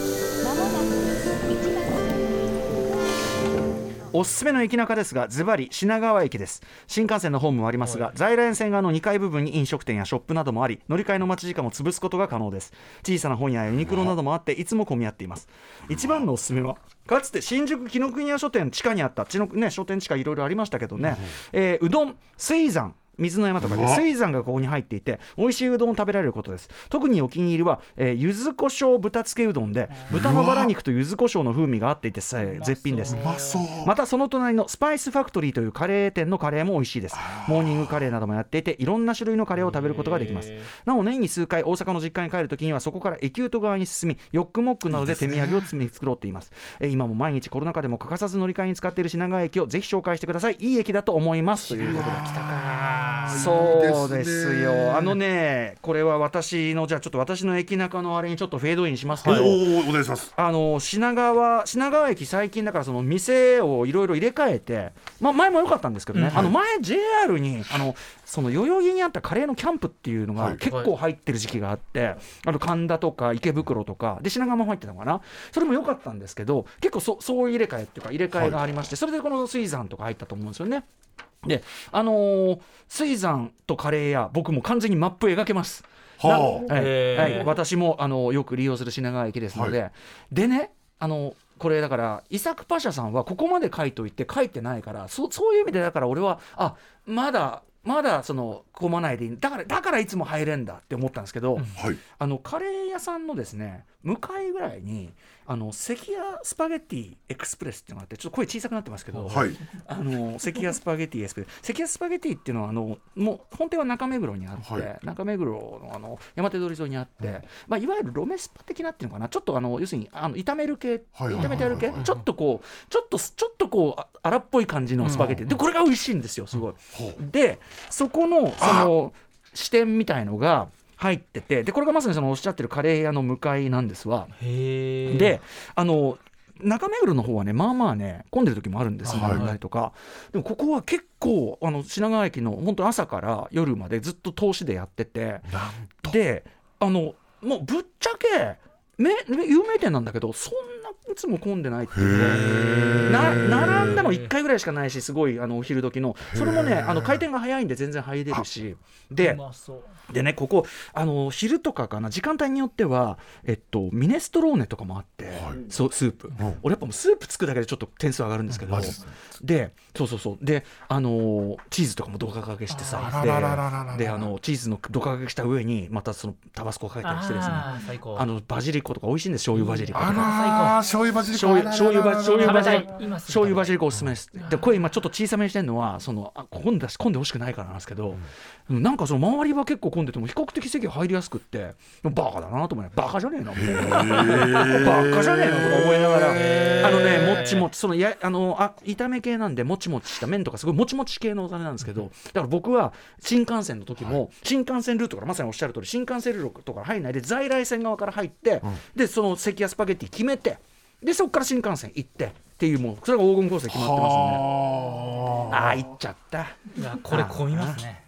おすすめの駅ナカですが、ズバリ品川駅です。新幹線のホームもありますが、在来線線側のにかい部分に飲食店やショップなどもあり、乗り換えの待ち時間も潰すことが可能です。小さな本屋やユニクロなどもあっていつも混み合っています。一番のおすすめはかつて新宿紀ノ国屋書店地下にあった地の、ね、書店地下いろいろありましたけどね、うんえー、うどん水山水の山とかで水山がここに入っていて美味しいうどんを食べられることです。特にお気に入りは、えー、柚子胡椒豚つけうどんで、豚のバラ肉と柚子胡椒の風味があっていて絶品です。またその隣のスパイスファクトリーというカレー店のカレーも美味しいです。モーニングカレーなどもやっていていろんな種類のカレーを食べることができます。なお年に数回大阪の実家に帰るときにはそこからエキュート側に進みヨックモックなどで手土産を積み繕っています。えー、今も毎日コロナ禍でも欠かさず乗り換えに使っている品川駅をぜひ紹介してください。いい駅だと思いますということで来たか。そうそうですよ。あのね、これは私のじゃあちょっと私の駅中のあれにちょっとフェードインしますけど、はい、 おお願いします。 あの品川品川駅最近だからその店をいろいろ入れ替えて、まあ前も良かったんですけどね、うん、あの前 ジェイアール にあのその代々木にあったカレーのキャンプっていうのが結構入ってる時期があって、はい、あの神田とか池袋とかで品川も入ってたのかな。それも良かったんですけど、結構 そ, そういう入れ替えっていうか入れ替えがありまして、はい、それでこの水山とか入ったと思うんですよね。であのー、水山とカレー屋僕も完全にマップ描けます。はあはいはい、私もあのよく利用する品川駅ですので、はい、でねあのこれだからイサクパシャさんはここまで書いといて書いてないから そ, そういう意味でだから俺はあまだまだその混まないでいいだからだからいつも入れんだって思ったんですけど、はい、あのカレー屋さんのですね向かいぐらいにあの関谷スパゲッティエクスプレスっていうのがあって、ちょっと声小さくなってますけど、はい、あの関谷スパゲッティエクスプレス関谷スパゲッティっていうのはあのもう本店は中目黒にあって、はい、中目黒 の, あの山手通り沿いにあって、うんまあ、いわゆるロメスパ的なっていうのかな、ちょっとあの要するにあの炒める系、はいはいはいはい、炒めてある系、ちょっとこうちょっとちょっとこう荒っぽい感じのスパゲッティ、うん、でこれが美味しいんですよすごい、うん、でそこのその支店みたいのが入ってて、でこれがまさにそのおっしゃってるカレー屋の向かいなんですわ。へー。であの中目黒の方はねまあまあね混んでる時もあるんですよ、はい、とかでもここは結構あの品川駅の本当朝から夜までずっと通しでやってて、であのもうぶっちゃけめ有名店なんだけどそんないつも混んでないっていうな並んだのいっかいぐらいしかないし、すごいあのお昼時のそれもねあの回転が早いんで全然入れるし、ででねここあの昼とかかな時間帯によっては、えっと、ミネストローネとかもあって、はい、そうスープ、うん、俺やっぱもうスープつくだけでちょっと点数上がるんですけど、うん、でそうそうそうであのチーズとかもどかかけしてさでであのチーズのどかかけした上にまたそのタバスコかけたりしてですね、ああのバジリコとか美味しいんです。醤油バジリコとか、 あ醤油バジリコ醤油バジリコ醤油バジリコおすすめです。でこれ今ちょっと小さめにしてるのはそのあ混んだし混んでほしくないからなんですけど、うん、なんかその周りは結構混んでても比較的席入りやすくってバカだなと思いながらバカじゃねえなバカじゃねえなとか思いながら、あのねもっちもちそのやあのあ炒め系なんでもちもちした麺とかすごいもちもち系のお金なんですけど、だから僕は新幹線の時も、はい、新幹線ルートからまさにおっしゃる通り新幹線ルートから入らないで在来線側から入って、うん、でその関谷スパゲッティ決めてでそこから新幹線行ってっていうもうそれが黄金コースで決まってますね。ああ行っちゃった。 いやこれ混みますね。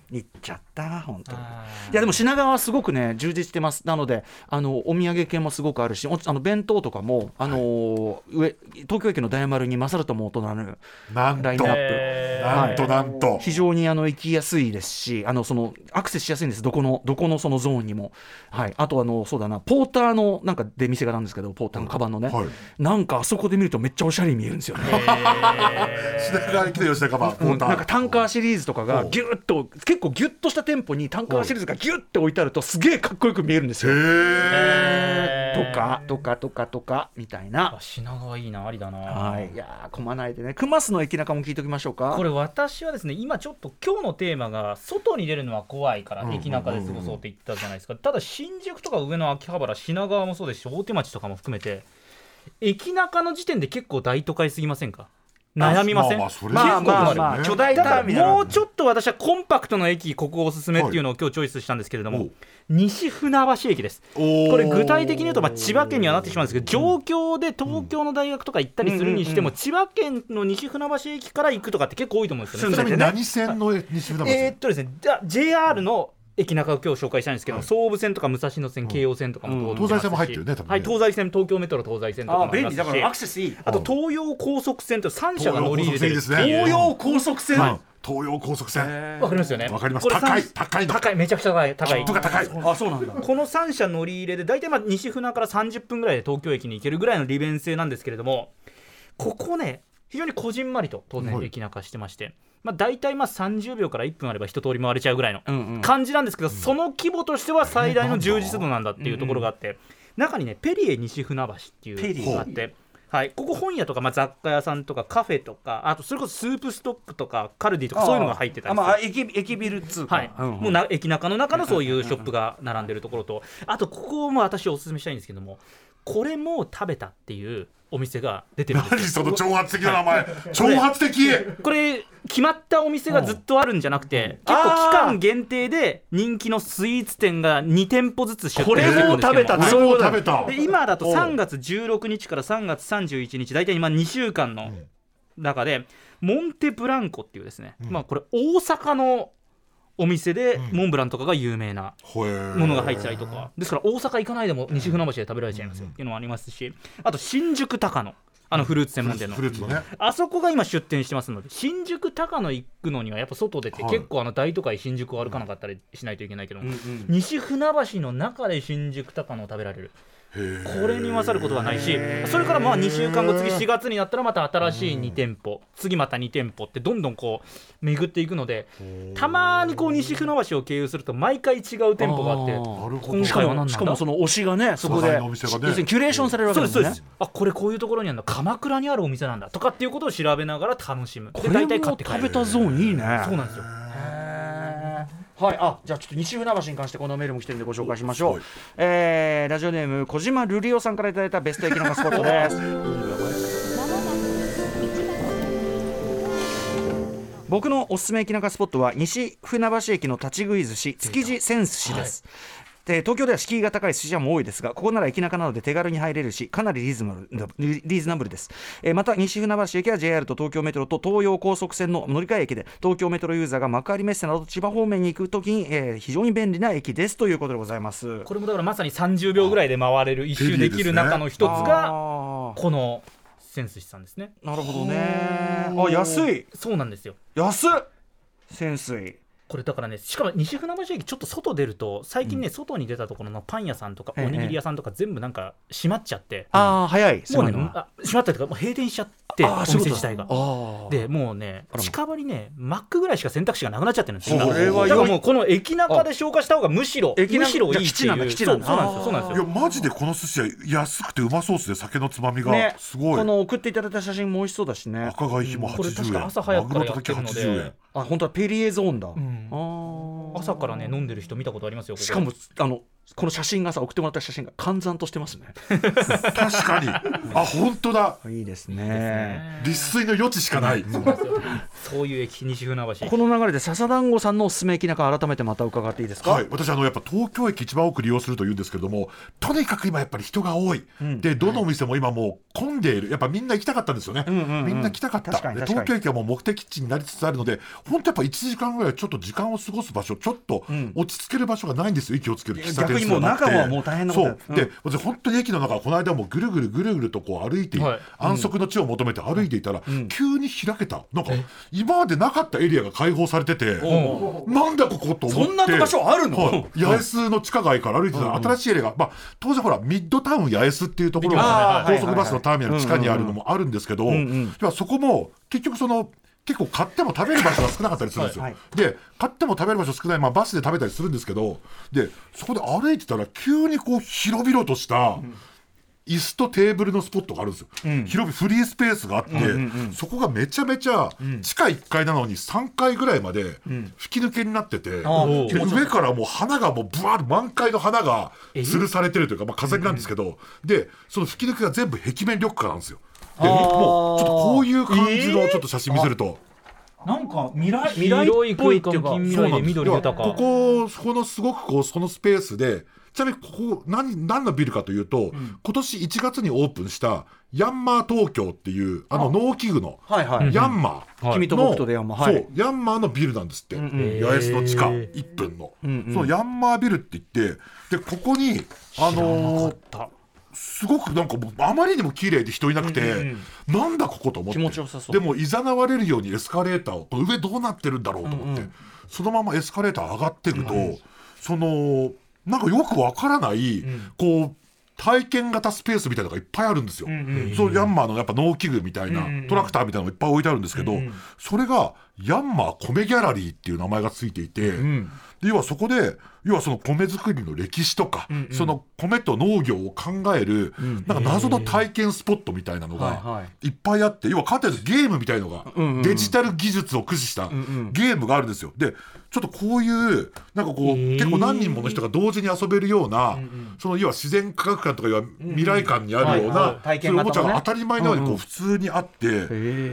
行っちゃった本当に。いやでも品川はすごくね充実してます。なのであのお土産系もすごくあるし、あの弁当とかも、あのーはい、上東京駅の大丸に勝るとも劣らぬラインナップ、 なんとなんと、 はい、非常にあの行きやすいですし、あのそのアクセスしやすいんです、どこのどこのそのゾーンにも、はい、あとあのそうだなポーターのなんか出店がなんですけど、ポーターのカバンのね、はい、なんかあそこで見るとめっちゃおしゃれに見えるんですよね。 品川駅で吉田カバン、ポーター、 なんかタンカーシリーズとかがギュッと結構ギュッとした店舗にタンカーシリーズがギュッて置いてあるとすげえかっこよく見えるんですよ。 へとかとかとかとかみたいな。 品川いいな、ありだな。 はい、いや混まないでね。熊須の駅中も聞いておきましょうか。 これ私はですね、今ちょっと今日のテーマが外に出るのは怖いから駅中で過ごそうって言ったじゃないですか。ただ新宿とか上野、秋葉原、品川もそうですし、大手町とかも含めて駅中の時点で結構大都会すぎませんか。悩みません？ まあまあまあまあ巨大ターミナル。 もうちょっと私はコンパクトの駅、ここおすすめっていうのを今日チョイスしたんですけれども、はい、西船橋駅です。これ具体的に言うと、まあ、千葉県にはなってしまうんですけど、上京で東京の大学とか行ったりするにしても、うん、千葉県の西船橋駅から行くとかって結構多いと思うんですよね。 ちなみに何線の西船橋？ えー、っとですね ジェイアール の駅中を今日紹介したいんですけど、はい、総武線とか武蔵野線、京葉線とかも通ってますし、 東西線も入ってるね、多分ね。 はい、東西線、東京メトロ東西線とかもありますし、 便利だからアクセスいい。 あと東洋高速線とさん社が乗り入れてる。 東洋高速線、 はい、東洋高速線、 わかりますよね。 わかります。高い高いの高い、めちゃくちゃ高い高い。 切符が高い。 あ、そうなんだ。 このさん社乗り入れで大体まあ西船からさんじゅっぷんぐらいで東京駅に行けるぐらいの利便性なんですけれども、ここね非常にこじんまりと当然駅中してまして、はい、まあ、大体まあさんじゅうびょうからいっぷんあれば一通り回れちゃうぐらいの感じなんですけど、うんうん、その規模としては最大の充実度なんだっていうところがあって、中にねペリエ西船橋っていうのがあって、はい、ここ本屋とか、まあ、雑貨屋さんとかカフェとか、あとそれこそスープストックとかカルディとかそういうのが入ってたりする。 あ、まあ、駅, 駅ビル通貨、 はい、うんうん、もうな駅中の中のそういうショップが並んでるところと、あとここも私おすすめしたいんですけども、これも食べたっていうお店が出てるんです。 何その挑発的な名前、はい、挑発的。 これ決まったお店がずっとあるんじゃなくて、結構期間限定で人気のスイーツ店がに店舗ずつ出店してるんですけども、 これも食べた、 これも食べた。 で今だとさんがつじゅうろくにちからさんがつさんじゅういちにち、大体今にしゅうかんの中で、モンテブランコっていうですね、うん、まあ、これ大阪のお店でモンブランとかが有名なものが入ってたりとか、ですから大阪行かないでも西船橋で食べられちゃいますよっていうのもありますし、あと新宿高野、あのフルーツ専門店のフルーツの、ね、 あそこが今出店してますので、新宿高野行くのにはやっぱ外出て、結構あの大都会新宿を歩かなかったりしないといけないけど、うんうん、西船橋の中で新宿高野を食べられる、これに勝ることはないし、それからまあにしゅうかんご、次しがつになったらまた新しいに店舗、次またに店舗ってどんどんこう巡っていくので、たまにこう西船橋を経由すると毎回違う店舗があって、 今回は何なんだ、しかもその推しがね、そこでキュレーションされるわけですね。そうです、あ、これこういうところにあるんだ、鎌倉にあるお店なんだとかっていうことを調べながら楽しむ。これも食べたゾーンいいね。 そうなんですよ。 はい、あ、じゃあちょっと西船橋に関してこのメールも来てるんでご紹介しましょう。えー、ラジオネーム小島瑠璃オさんからいただいたベスト駅ナカスポットです。僕のおすすめ駅ナカスポットは西船橋駅の立ち食い寿司築地センス市です。はい、で東京では敷居が高い寿司屋も多いですが、ここなら駅中なので手軽に入れるし、かなりリーズナブル、リーズナブルです。えー、また西船橋駅は ジェイアール と東京メトロと東洋高速線の乗り換え駅で、東京メトロユーザーが幕張メッセなど千葉方面に行くときに、えー、非常に便利な駅ですということでございます。 これもだからまさにさんじゅうびょうぐらいで回れる、一周できる中の一つがこのセンス市さんですね。 なるほどね。あ、安い。 そうなんですよ、 安っ。潜水これだからね、しかも西船橋駅ちょっと外出ると最近ね、うん、外に出たところのパン屋さんとかおにぎり屋さんとか全部なんか閉まっちゃって、 ああ、早い、 もうね、あ、閉まったというかもう閉店しちゃって、お店自体がで、もうね近場にねマックぐらいしか選択肢がなくなっちゃってるんですよ。だからもうこの駅中で消化した方がむしろむしろいいっていう。そうなんですよ、そうなんですよ。 いやマジでこの寿司は安くてうまそうですね。酒のつまみがすごい、ね、 この送っていただいた写真も美味しそうだしね。 赤貝ひもはちじゅうえん、 これ確か朝早くからやってるので、 あ、本当はペリエゾーンだ、うん、 あ、朝からね飲んでる人見たことありますよ。ここしかもあのこの写真がさ送ってもらった写真が閑散としてますね確かにあ本当だいいですね立水の余地しかない、うん、 そういう駅西船橋この流れで笹団子さんのおすすめ駅中改めてまた伺っていいですか。 はい、私あのやっぱ東京駅一番多く利用するというんですけれどもとにかく今やっぱり人が多い、うん、でどのお店も今もう混んでいるやっぱみんな行きたかったんですよね、うんうんうん、みんな来たかったで東京駅はもう目的地になりつつあるので本当やっぱいちじかんぐらいちょっと時間を過ごす場所ちょっと落ち着ける場所がないんですよ、息をつける喫茶店逆にもう中はもう大変なことだ。 そうで、うん、私本当に駅の中はこの間もうぐるぐるぐるぐるとこう歩いて、はい、安息の地を求めて歩いていたら、うん、急に開けたなんか今までなかったエリアが開放されてて、うん、なんだここと思ってそんな場所あるの、 はい、八重洲の地下街から歩いてたら新しいエリアが、まあ、当然ほらミッドタウン八重洲っていうところが高速バスのターミナルの地下にあるのもあるんですけど、そこも結局その結構買っても食べる場所が少なかったりするんですよ、はいはい、で買っても食べる場所少ない、まあ、バスで食べたりするんですけどでそこで歩いてたら急にこう広々とした椅子とテーブルのスポットがあるんですよ、うん、広いフリースペースがあって、うんうんうん、そこがめちゃめちゃ地下いっかいなのにさんかいぐらいまで吹き抜けになってて、うん、で上からもう花がもうブワーッ満開の花が吊るされてるというか、まあ、飾りなんですけど、うんうん、でその吹き抜けが全部壁面緑化なんですよ。でもうちょっとこういう感じのちょっと写真見せると、 えー、なんか未来未来っぽいっていうか近未来で緑豊かこここのすごくこうそのスペースでちなみにここ 何, 何のビルかというと、うん、今年いちがつにオープンしたヤンマー東京っていうあの農機具のヤンマーの、 君と僕とでヤンマー、はい、 そうヤンマーのビルなんですって、うんうん、八重洲の地下いっぷんの、うんうん、そのヤンマービルって言ってでここにあのーすごくなんかもうあまりにも綺麗で人いなくて、うんうん、なんだここと思って気持ちよさそう。 でも誘われるようにエスカレーターを上どうなってるんだろうと思って、うんうん、そのままエスカレーター上がっていくと、うん、そのなんかよくわからない、うん、こう体験型スペースみたいなのがいっぱいあるんですよ、うんうん、そうヤンマーのやっぱ農機具みたいな、うんうん、トラクターみたいなのがいっぱい置いてあるんですけど、うんうん、それがヤンマー米ギャラリーっていう名前がついていて、うん、で要はそこで要はその米作りの歴史とか、うんうん、その米と農業を考える、うん、なんか謎の体験スポットみたいなのがいっぱいあって、要は簡単に言うとゲームみたいのが、うんうん、デジタル技術を駆使したゲームがあるんですよ。でちょっとこういうなんかこう結構何人もの人が同時に遊べるような、うんうん、その要は自然科学館とか要は未来館にあるような、そういうおもちゃが当たり前のようにこう普通にあって、うんうん、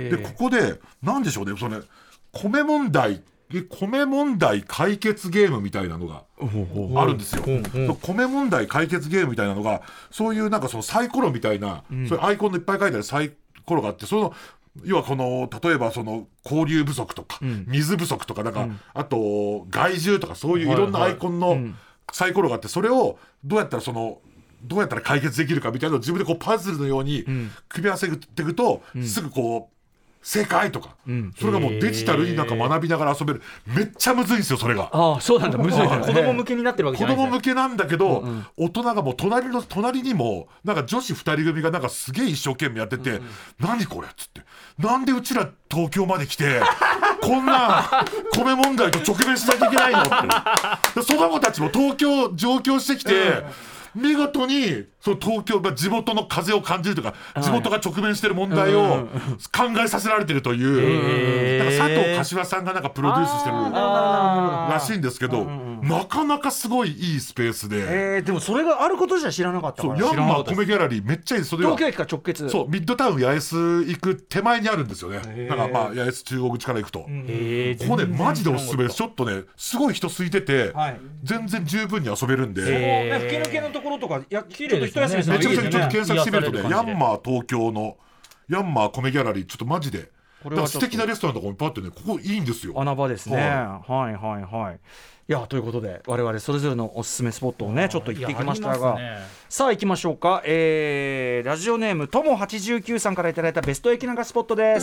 でここで何でしょうね、その米問題米問題解決ゲームみたいなのがあるんですよ。米問題解決ゲームみたいなのがそういうなんかそのサイコロみたいな、うん、そういうアイコンのいっぱい書いてあるサイコロがあって、その要はこの例えばその交流不足とか、うん、水不足とかなんか、うん、あと害獣とかそういういろんなアイコンのサイコロがあって、それをどうやったらそのどうやったら解決できるかみたいなのを自分でこうパズルのように組み合わせていくと、うん、すぐこう正解とか、うん、それがもうデジタルになんか学びながら遊べる、めっちゃむずいんですよそれが。 ああそうなんだ、むずいね。 子供向けになってるわけじゃないですね。子供向けなんだけど、うんうん、大人がもう隣の隣にもなんか女子ふたり組がなんかすげえ一生懸命やってて、うんうん、何これっつって、なんでうちら東京まで来てこんな米問題と直面しなきゃいけないのってその子たちも東京上京してきて、うん、見事にその東京、まあ、地元の風を感じるとか、はい、地元が直面している問題を考えさせられているという、なんか佐藤柏さんがなんかプロデュースしてるらしいんですけど、なかなかすごいいいスペースで、 えー、でもそれがあることじゃ知らなかったから。 そうヤンマー米ギャラリーめっちゃいい。それは東京駅から直結、 そうミッドタウン八重洲行く手前にあるんですよね。だからまあ八重洲中央口から行くと、ここねマジでおすすめです。ちょっとねすごい人空いてて、はい、全然十分に遊べるんで、 吹き抜けのところとかや綺麗ですね。 めちゃめちゃちょっと検索してみるとね、ヤンマー東京のヤンマー米ギャラリーちょっとマジでだから素敵なレストランとかもいっぱいあってね、ここいいんですよ。 穴場ですね、はい、はいはいはいいやということで我々それぞれのおすすめスポットをねちょっと行ってきましたが、ね、さあ行きましょうか、えー、ラジオネームともはちじゅうきゅうさんからいただいたベスト駅ナカスポットです。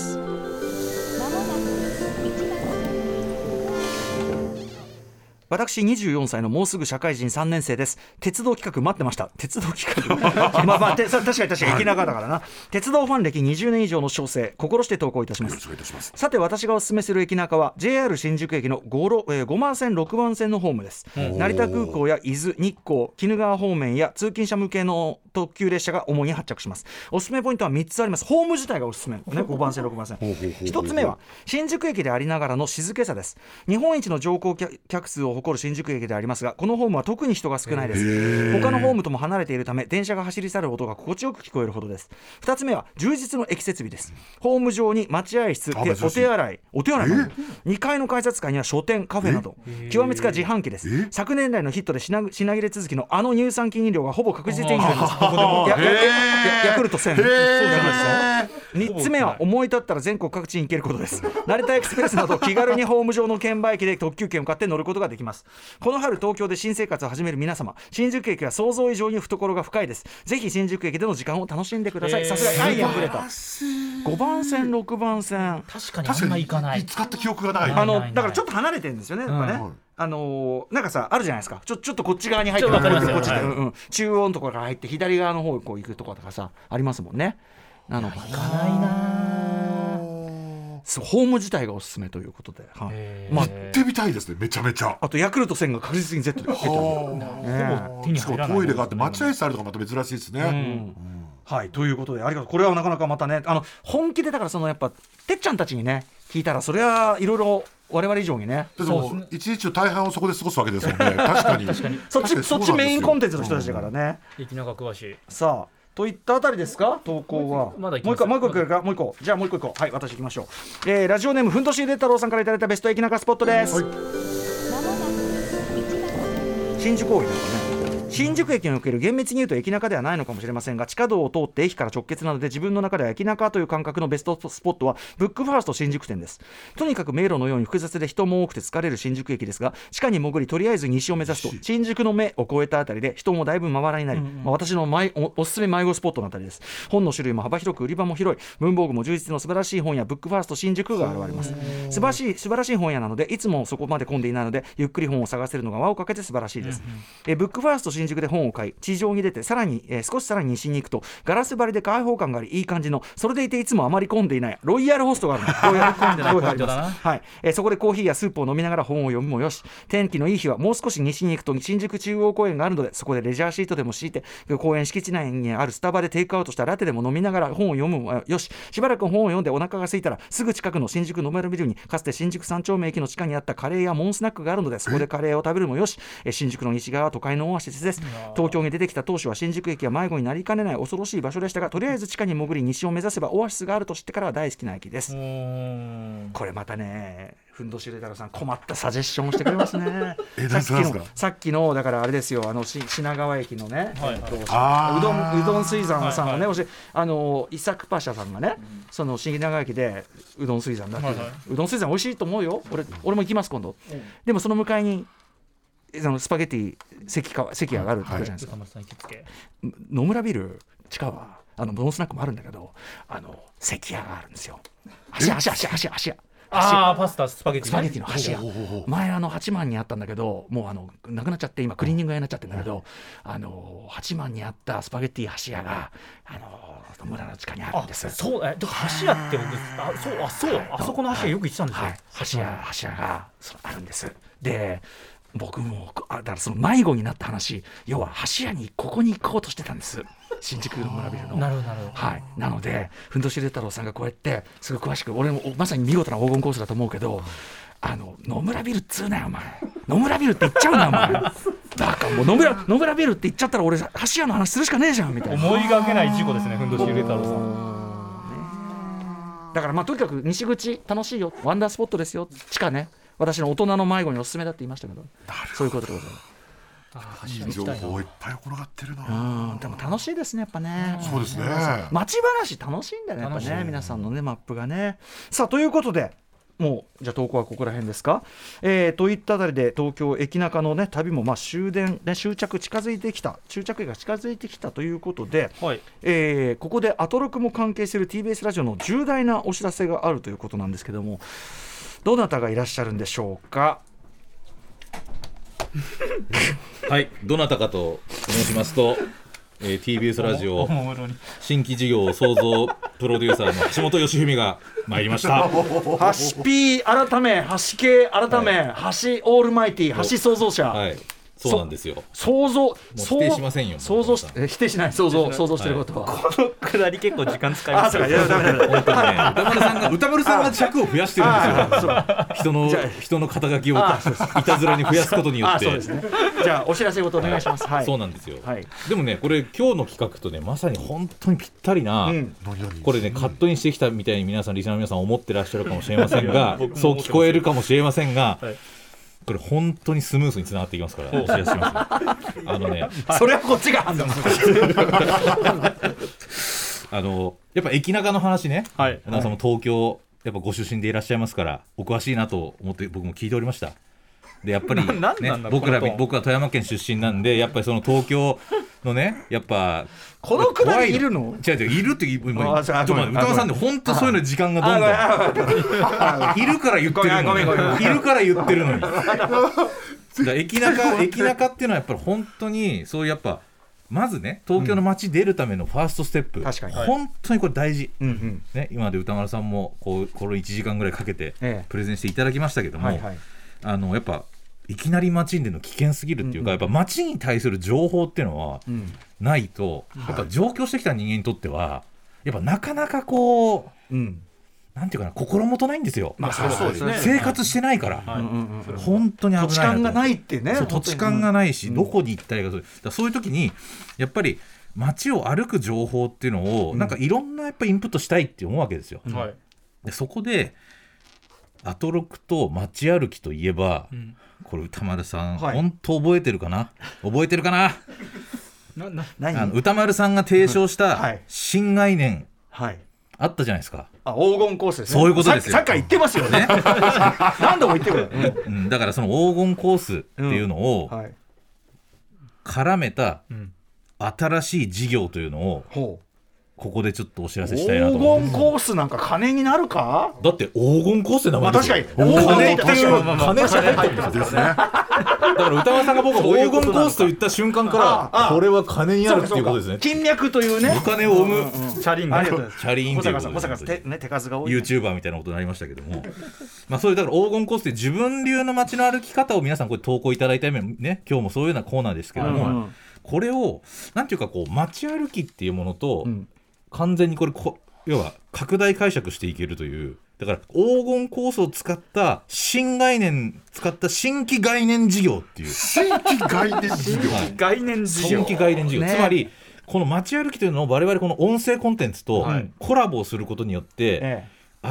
私にじゅうよんさいのもうすぐ社会人さんねん生です。鉄道企画待ってました。鉄道企画まあまあ確かに確かに駅ナカだからな、はい、鉄道ファン歴にじゅうねん以上の小生、心して投稿いたします。よろしくお願いいたします。さて私がお勧めする駅ナカは ジェイアール 新宿駅の ご, えー、ご番線ろく番線のホームです。成田空港や伊豆、日光、鬼怒川方面や通勤者向けの特急列車が主に発着します。おすすめポイントはみっつあります。ホーム自体がおすすめ、ね、ご番線ろく番線。ひとつめは新宿駅でありながらの静けさです。日本一の乗降客数を誇る新宿駅でありますが、このホームは特に人が少ないです。他のホームとも離れているため電車が走り去る音が心地よく聞こえるほどです。ふたつめは充実の駅設備です。ホーム上に待合室、お手洗いお手洗いなどにかいの改札階には書店、カフェなど、極めつか自販機です。昨年来のヒットで品切れ続きのあの乳酸菌飲料がほぼ確実に手に入ります。やややヤクルトせん。みっつめは思い立ったら全国各地に行けることです。成田エクスプレスなど気軽にホーム上の券売機で特急券を買って乗ることができます。この春東京で新生活を始める皆様、新宿駅は想像以上に懐が深いです。ぜひ新宿駅での時間を楽しんでください。さすが愛にあふれたごばん線ろくばん線、 確かにあんま行かない、 使った記憶がない。 あのだからちょっと離れてるんですよね、やっぱね、うん、あのー、なんかさあるじゃないですか、ちょ、ちょっとこっち側に入ってこっちで、はい、うん、中央のところから入って左側の方にこう行くところとかさありますもんね。なのか行かないな。 ホーム自体がおすすめということで、はい、 まあ、行ってみたいですね、めちゃめちゃ。 あとヤクルトせんが確実に Z で出てる、ね、 でも手に入らない、 トイレがあって待合室あるとかまた珍しいですね、うんうん、 はい、ということでありがとう。これはなかなかまたね、あの本気でだからそのやっぱてっちゃんたちにね聞いたらそれはいろいろ我々以上にね、 でも一日の大半をそこで過ごすわけですもんね。確かに確かにそっちそっちメインコンテンツの人たちだからね。 駅長詳しい。 さあといったあたりですか、投稿は。 まだもう一個もう一個いくか、もう一個、じゃあもう一個いこう。はい、私行きましょう。えー、ラジオネームふんどしゆで太郎さんからいただいたベスト駅中スポットです、はい、新宿大井ですかね。新宿駅における厳密に言うと駅中ではないのかもしれませんが、地下道を通って駅から直結なので自分の中では駅中という感覚のベストスポットはブックファースト新宿店です。とにかく迷路のように複雑で人も多くて疲れる新宿駅ですが、地下に潜りとりあえず西を目指すと新宿の目を越えたあたりで人もだいぶまばらになり、うんうん、まあ、私のマイ お, おすすめ迷子スポットのあたりです。本の種類も幅広く売り場も広い、文房具も充実の素晴らしい本やブックファースト新宿が現れます。素晴らしい素晴らしい本屋なのでいつもそこまで混んでいないのでゆっくり本を探せるのが輪をかけて素晴らしいです、うんうん、えブックファースト新宿で本を買い地上に出てさらに、えー、少しさらに西に行くとガラス張りで開放感がありいい感じの、それでいていつもあまり混んでいないロイヤルホストがあるの。ロイヤル混んでないポイントだな、はい、えー、そこでコーヒーやスープを飲みながら本を読むもよし、天気のいい日はもう少し西に行くと新宿中央公園があるのでそこでレジャーシートでも敷いて公園敷地内にあるスタバでテイクアウトしたラテでも飲みながら本を読むもよし、しばらく本を読んでお腹が空いたらすぐ近くの新宿野村ビルにかつて新宿三丁目駅の地下にあったカレーやモンスナックがあるのでそこでカレーを食べるもよし、えー、新宿の西側は都会のオアシスです。東京に出てきた当初は新宿駅は迷子になりかねない恐ろしい場所でしたが、とりあえず地下に潜り西を目指せばオアシスがあると知ってからは大好きな駅です。これまたねふんどしゆで太郎さん困ったサジェッションをしてくれますねえさっきのさっきのだからあれですよ、あのし品川駅のね、はいはい、えっと、うどんうどん水産さんをね、はいはい、あのイサクパシャさんがね、うん、その品川駅でうどん水産だって、はいはい、うどん水産美味しいと思うよ、俺俺も行きます今度、うん、でもその向かいにあのスパゲティ関川関屋があるってことじゃないですか、はい、野村ビル地下はあのモンスナックもあるんだけど、あの関屋があるんですよ。箸屋箸屋箸屋箸屋ああパスタスパゲティ、ね、 スパゲティの箸屋、前あのはちまんにあったんだけどもうあのなくなっちゃって今クリーニング屋になっちゃってるんだけど、あのはちまんにあったスパゲティ箸屋があの村の地下にあるんです。 あそうえでも箸屋って僕あそうあそうあそこの箸屋よく行ってたんですよ、はい、 箸屋箸屋があるんです。で僕もあだからその迷子になった話、要は箸屋にここに行こうとしてたんです、新宿の村ビルの。 なるほどなるほど、 はい、なのでふんどしゆで太郎さんがこうやってすごい詳しく、俺もまさに見事な黄金コースだと思うけど、あの野村ビルっつうなよお前、野村ビルって言っちゃうなお前だからもう野村野村ビルって言っちゃったら俺箸屋の話するしかねえじゃんみたいな。 思いがけない事故ですね、ふんどしゆで太郎さん。 だからまあとにかく西口楽しいよ、ワンダースポットですよ、地下ね、私の大人の迷子におすすめだって言いましたけど、そういうことでございます。 いい情報いっぱい転がってるな。 うん、でも楽しいですねやっぱね。 そうですね、 街話楽しいんだよねやっぱね、皆さんのねマップがね。さあということでもうじゃあ投稿はここら辺ですか、えー、といったあたりで東京駅中の、ね、旅もまあ終電、ね、終着近づいてきた終着駅が近づいてきたということで、はい、えー、ここでアトロクも関係する ティービーエス ラジオの重大なお知らせがあるということなんですけども、どなたがいらっしゃるんでしょうか。 はい、どなたかと申しますと、えー、ティービーエス ラジオ新規事業創造プロデューサーの橋本義文が参りました。 橋 P 改め橋系改め、はい、橋オールマイティ橋創造者、 はい、 そうなんですよ。 想像、もう否定しませんよ。 想像し否定しない。想像想像してることは。 このくだり結構時間使いますよ。 あ、そうか、いやダメだ。 本当にね、歌丸さんが歌丸さんが尺を増やしてるんですよ。人の人の肩書きをいたずらに増やすことによって。 そうですね。じゃあお知らせごとお願いします。はい。 そうなんですよ。はい。でもね、これ今日の企画とね、まさに本当にぴったりな、うん、これね、カットインしてきたみたいに皆さんリスナーの皆さん思ってらっしゃるかもしれませんが、そう聞こえるかもしれませんが。はい、これ本当にスムースにつながっていきますからお知らせします、ね、あのね、 それはこっちが判断するあのやっぱ駅中の話ね、 はい、 皆さんも東京やっぱご出身でいらっしゃいますからお詳しいなと思って僕も聞いておりました。でやっぱり、ね、僕ら僕は富山県出身なんでやっぱりその東京のねやっぱこのくらいいるの違う違ういるって歌丸さんで本当そういうの時間がどんどんいるから言ってるのにいるから言ってるのにだ駅中駅中っていうのはやっぱり本当にそういうやっぱまずね東京の街出るためのファーストステップ、うん、確かに本当にこれ大事、うんうんね、今まで歌丸さんもこうこれいちじかんぐらいかけてプレゼンしていただきましたけども、ええはいはい、あのやっぱいきなり街に出るの危険すぎるっていうか、うんうん、やっぱ街に対する情報っていうのはないと、うん、やっぱ上京してきた人間にとってはやっぱなかなかこう、うん、なんていうかな心もとないんですよ、 まあ、そうですね、 生活してないから、はいはい、本当に危ない土地勘がないってねそう土地勘がないし、うん、どこに行ったらいいか、だからそういう時にやっぱり街を歩く情報っていうのを、うん、なんかいろんなやっぱインプットしたいって思うわけですよ、うん、でそこでアトロクと街歩きといえば、うん、これ歌丸さん、はい、本当覚えてるかな覚えてるかななな何あの歌丸さんが提唱した新概念、はい、あったじゃないですか。 あ黄金コースですね。 そういうことですよ。 さっきから言ってますよね何度も言ってくる、 うん、だからその黄金コースっていうのを絡めた新しい事業というのを、うんはいここでちょっとお知らせしたいなと思黄金コースなんか金になるか。 だって黄金コースって名前ですよ、 まあ、確かに金っていう金が入ってるんですねだから歌丸さんが僕は黄金コースと言った瞬間からこれは金になるっていうことですね。 金脈というねお金を生む、 うんうん、チャリンがチャリンっていうことで、 小坂さん手、ね、手数が多い、ね、 YouTuber みたいなことになりましたけどもまあそういうだから黄金コースって自分流の街の歩き方を皆さんこれ投稿いただいたようにね今日もそういうようなコーナーですけども、うんうん、これをなんていうかこう街歩きっていうものと、うん完全にこれこ要は拡大解釈していけるというだから黄金コースを使った新概念使った新規概念事業っていう新規概念事業、 はい、概念事業新規概念事業、ね、つまりこの街歩きというのを我々この音声コンテンツとコラボをすることによって、はい、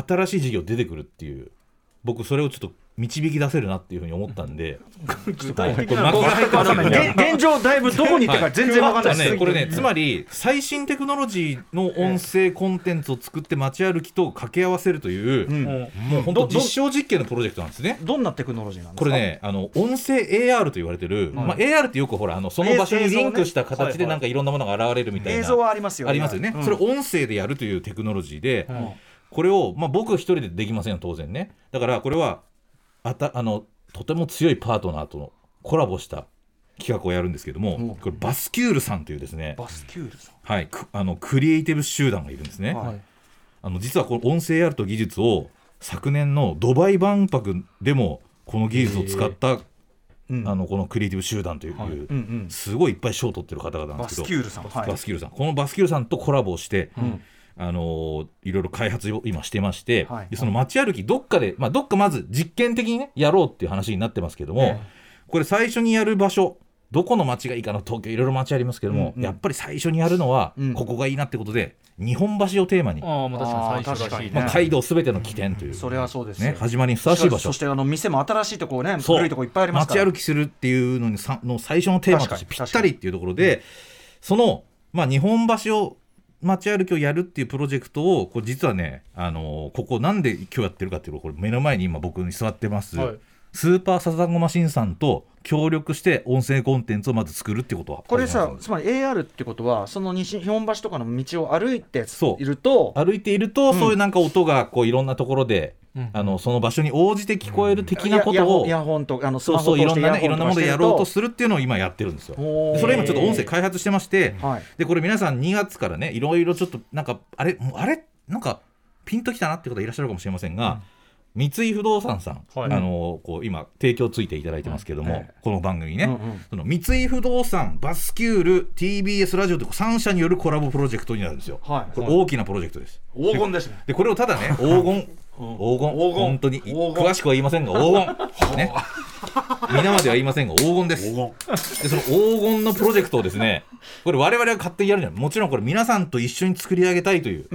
新しい事業出てくるっていう僕それをちょっと導き出せるなっていうふうに思ったんで具体的な現状だいぶどこに行ってか全然分かんないです、 はい、これねつまり最新テクノロジーの音声コンテンツを作って街歩きと掛け合わせるという、うん、もう本当実証実験のプロジェクトなんですね。 どんなテクノロジーなんですか。 これねあの音声 エーアール と言われてる、うんまあ、エーアール ってよくほらあのその場所にリンクした形でなんかいろんなものが現れるみたいな映像はありますよね。 ありますよね、うん、それ音声でやるというテクノロジーで、うん、これを、まあ、僕一人でできませんよ当然ね。だからこれはあたあのとても強いパートナーとのコラボした企画をやるんですけども、うん、これバスキュールさんというですねバスキュールさん、 はい、あのクリエイティブ集団がいるんですね、はい、あの実はこの音声 エーアール と技術を昨年のドバイ万博でもこの技術を使った、うん、あのこのクリエイティブ集団という、はいうんうん、すごいいっぱい賞を取ってる方々なんですけどバスキュールさん、はい、 バスキュールさんこのバスキュールさんとコラボして、うんあのいろいろ開発を今してまして、はい、でその街歩きどっかで、まあ、どっかまず実験的にねやろうっていう話になってますけども、えー、これ最初にやる場所どこの街がいいかな東京いろいろ街ありますけども、うんうん、やっぱり最初にやるのは、うん、ここがいいなってことで日本橋をテーマにあ、まあ、確かに最初らしいね、 まあ、街道すべての起点という、 それはそうですね、始まりにふさわしい場所そしてあの店も新しいところね古いところいっぱいありますから街歩きするっていうのにさの最初のテーマとしてぴったりっていうところで、うん、その、まあ、日本橋を街歩きをやるっていうプロジェクトをこれ実はね、あのー、ここなんで今日やってるかっていうとこれ目の前に今僕に座ってます、はい、スーパーサザンゴマシンさんと協力して音声コンテンツをまず作るってことはこれさつまり エーアール ってことはその西日本橋とかの道を歩いていると歩いていると、うん、そういうなんか音がこういろんなところで、うん、あのその場所に応じて聞こえる的なことを、 イヤホンとあのスマホとしていろんなねいろんなものでやろうとするっていうのを今やってるんですよ。でそれ今ちょっと音声開発してまして、はい、でこれ皆さんにがつからねいろいろちょっとなんかあれあれなんかピンときたなって方いらっしゃるかもしれませんが、 三井不動産さん、 はい、 あのこう今提供ついていただいてますけども、はい、この番組ね、 うんうん、 その三井不動産、バスキュール、 ティービーエス ラジオとさん社によるコラボプロジェクトになるんですよ、はい、これ大きなプロジェクトです。 黄金ですね。 でこれをただね黄金黄金本当に詳しくは言いませんが黄金ね皆までは言いませんが黄金です。黄金でその黄金のプロジェクトをですね、これ我々が勝手にやるんじゃない、もちろんこれ皆さんと一緒に作り上げたいという、うん、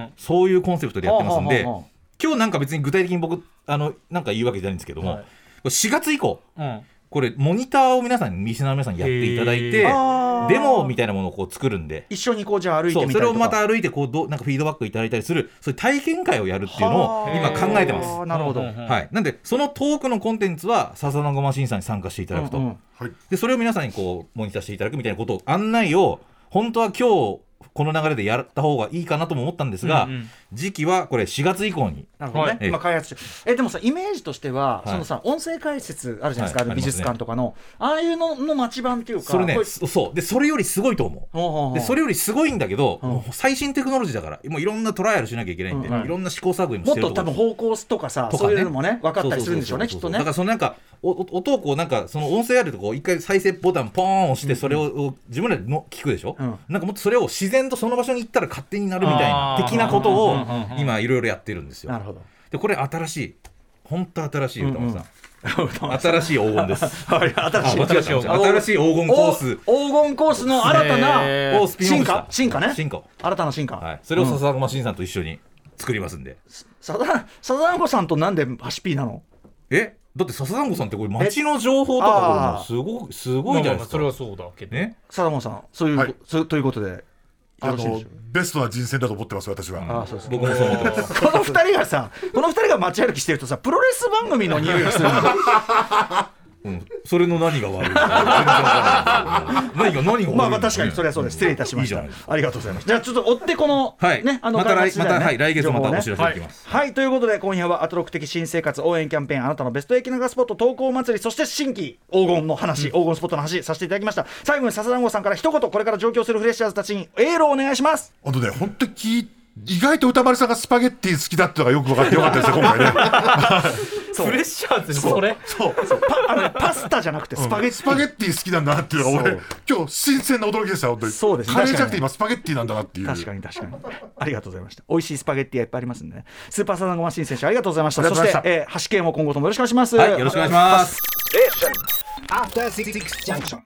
そういうコンセプトでやってますんで、今日なんか別に具体的に僕あのなんか言うわけじゃないんですけども、はい、これしがつ以降、うん、これモニターを皆さんリスナーの皆さんにやっていただいてデモみたいなものをこう作るんで、 一緒にこうじゃあ歩いてみたりとか、 そうそれをまた歩いてこうどなんかフィードバックいただいたりする、そういう体験会をやるっていうのを今考えてます。 なるほど、 はい、なんでそのトークのコンテンツは笹団子マシンさんに参加していただくと、うんうん、でそれを皆さんにこうモニターしていただくみたいなことを案内を本当は今日この流れでやった方がいいかなとも思ったんですが、うんうん、時期はこれしがつ以降に。 なるほどね、今開発中。えでもさイメージとしては、はい、そのさ音声解説あるじゃないですか、はい、あの美術館とかの あ,、ね、ああいうのの待ち版っていうか、 それねそうでそれよりすごいと思う。ほうほうほうでそれよりすごいんだけど、もう最新テクノロジーだからもういろんなトライアルしなきゃいけないんで、うんうん、いろんな試行錯誤もしてるところ、もっと多分方向とかさとか、ね、そういうのもね分かったりするんでしょうね、きっとね。だからそのなんか音をこうなんかその音声あるとこう一回再生ボタンポーン押してそれを自分らでの聞くでしょ、うん、なんかもっとそれを自然とその場所に行ったら勝手になるみたいな的なことを今いろいろやってるんですよ。 なるほど。 でこれ新しい本当新しい歌丸さん、うんうん、新しい黄金です。 新しい新しい新しい黄金コース、 黄金コースの新たなをスピンオフした進化ね進化新たな進化、 はい、それを笹団子マシンさんと一緒に作りますんで。 笹団子さんとなんでハシピーなの？ えだって笹団子さんってこれ街の情報とかすごいすごいじゃないですか。 それはそうだけどね。 笹団子さんそういう、はい、そうということであのベストな人選だと思ってます私は。 ああそうです、 僕もそう思ってます。 このふたりがさこのふたりが街歩きしてるとさプロレス番組の匂いがするの。 うん、それの何が悪いのか何が何が悪いのか。 まあまあ確かにそれはそうです。失礼いたしました。いいありがとうございます。じゃあちょっと追ってこの、 はい、 ねあのまた来、ね、また、はい、来月またお知らせいきます、 ね、はい、はい、ということで今夜はアトロク的新生活応援キャンペーンあなたのベスト駅ナガスポット投稿祭り、そして新規黄金の話、うん、黄金スポットの話させていただきました。最後に笹団子さんから一言これから上京するフレッシャーズたちにエールをお願いします。 あとね本当に聞いて意外と歌丸さんがスパゲッティ好きだってのがよく分かってよかったですよ今回ね。 フレッシャーズにそれそうそう パ, あの、ね、パスタじゃなくてスパゲッティ、うん、スパゲッティ好きなんだなっていうのが俺今日新鮮な驚きでした本当に。 そうです、ね、 カレーじゃなくて今スパゲッティなんだなっていう。 確かに確かにありがとうございました。美味しいスパゲッティはいっぱいありますんで、ね、スーパーサナゴマシン選手ありがとうございました。そして、えー、橋健を今後ともよろしくお願いします。 はい、よろしくお願いします。 After Six Junction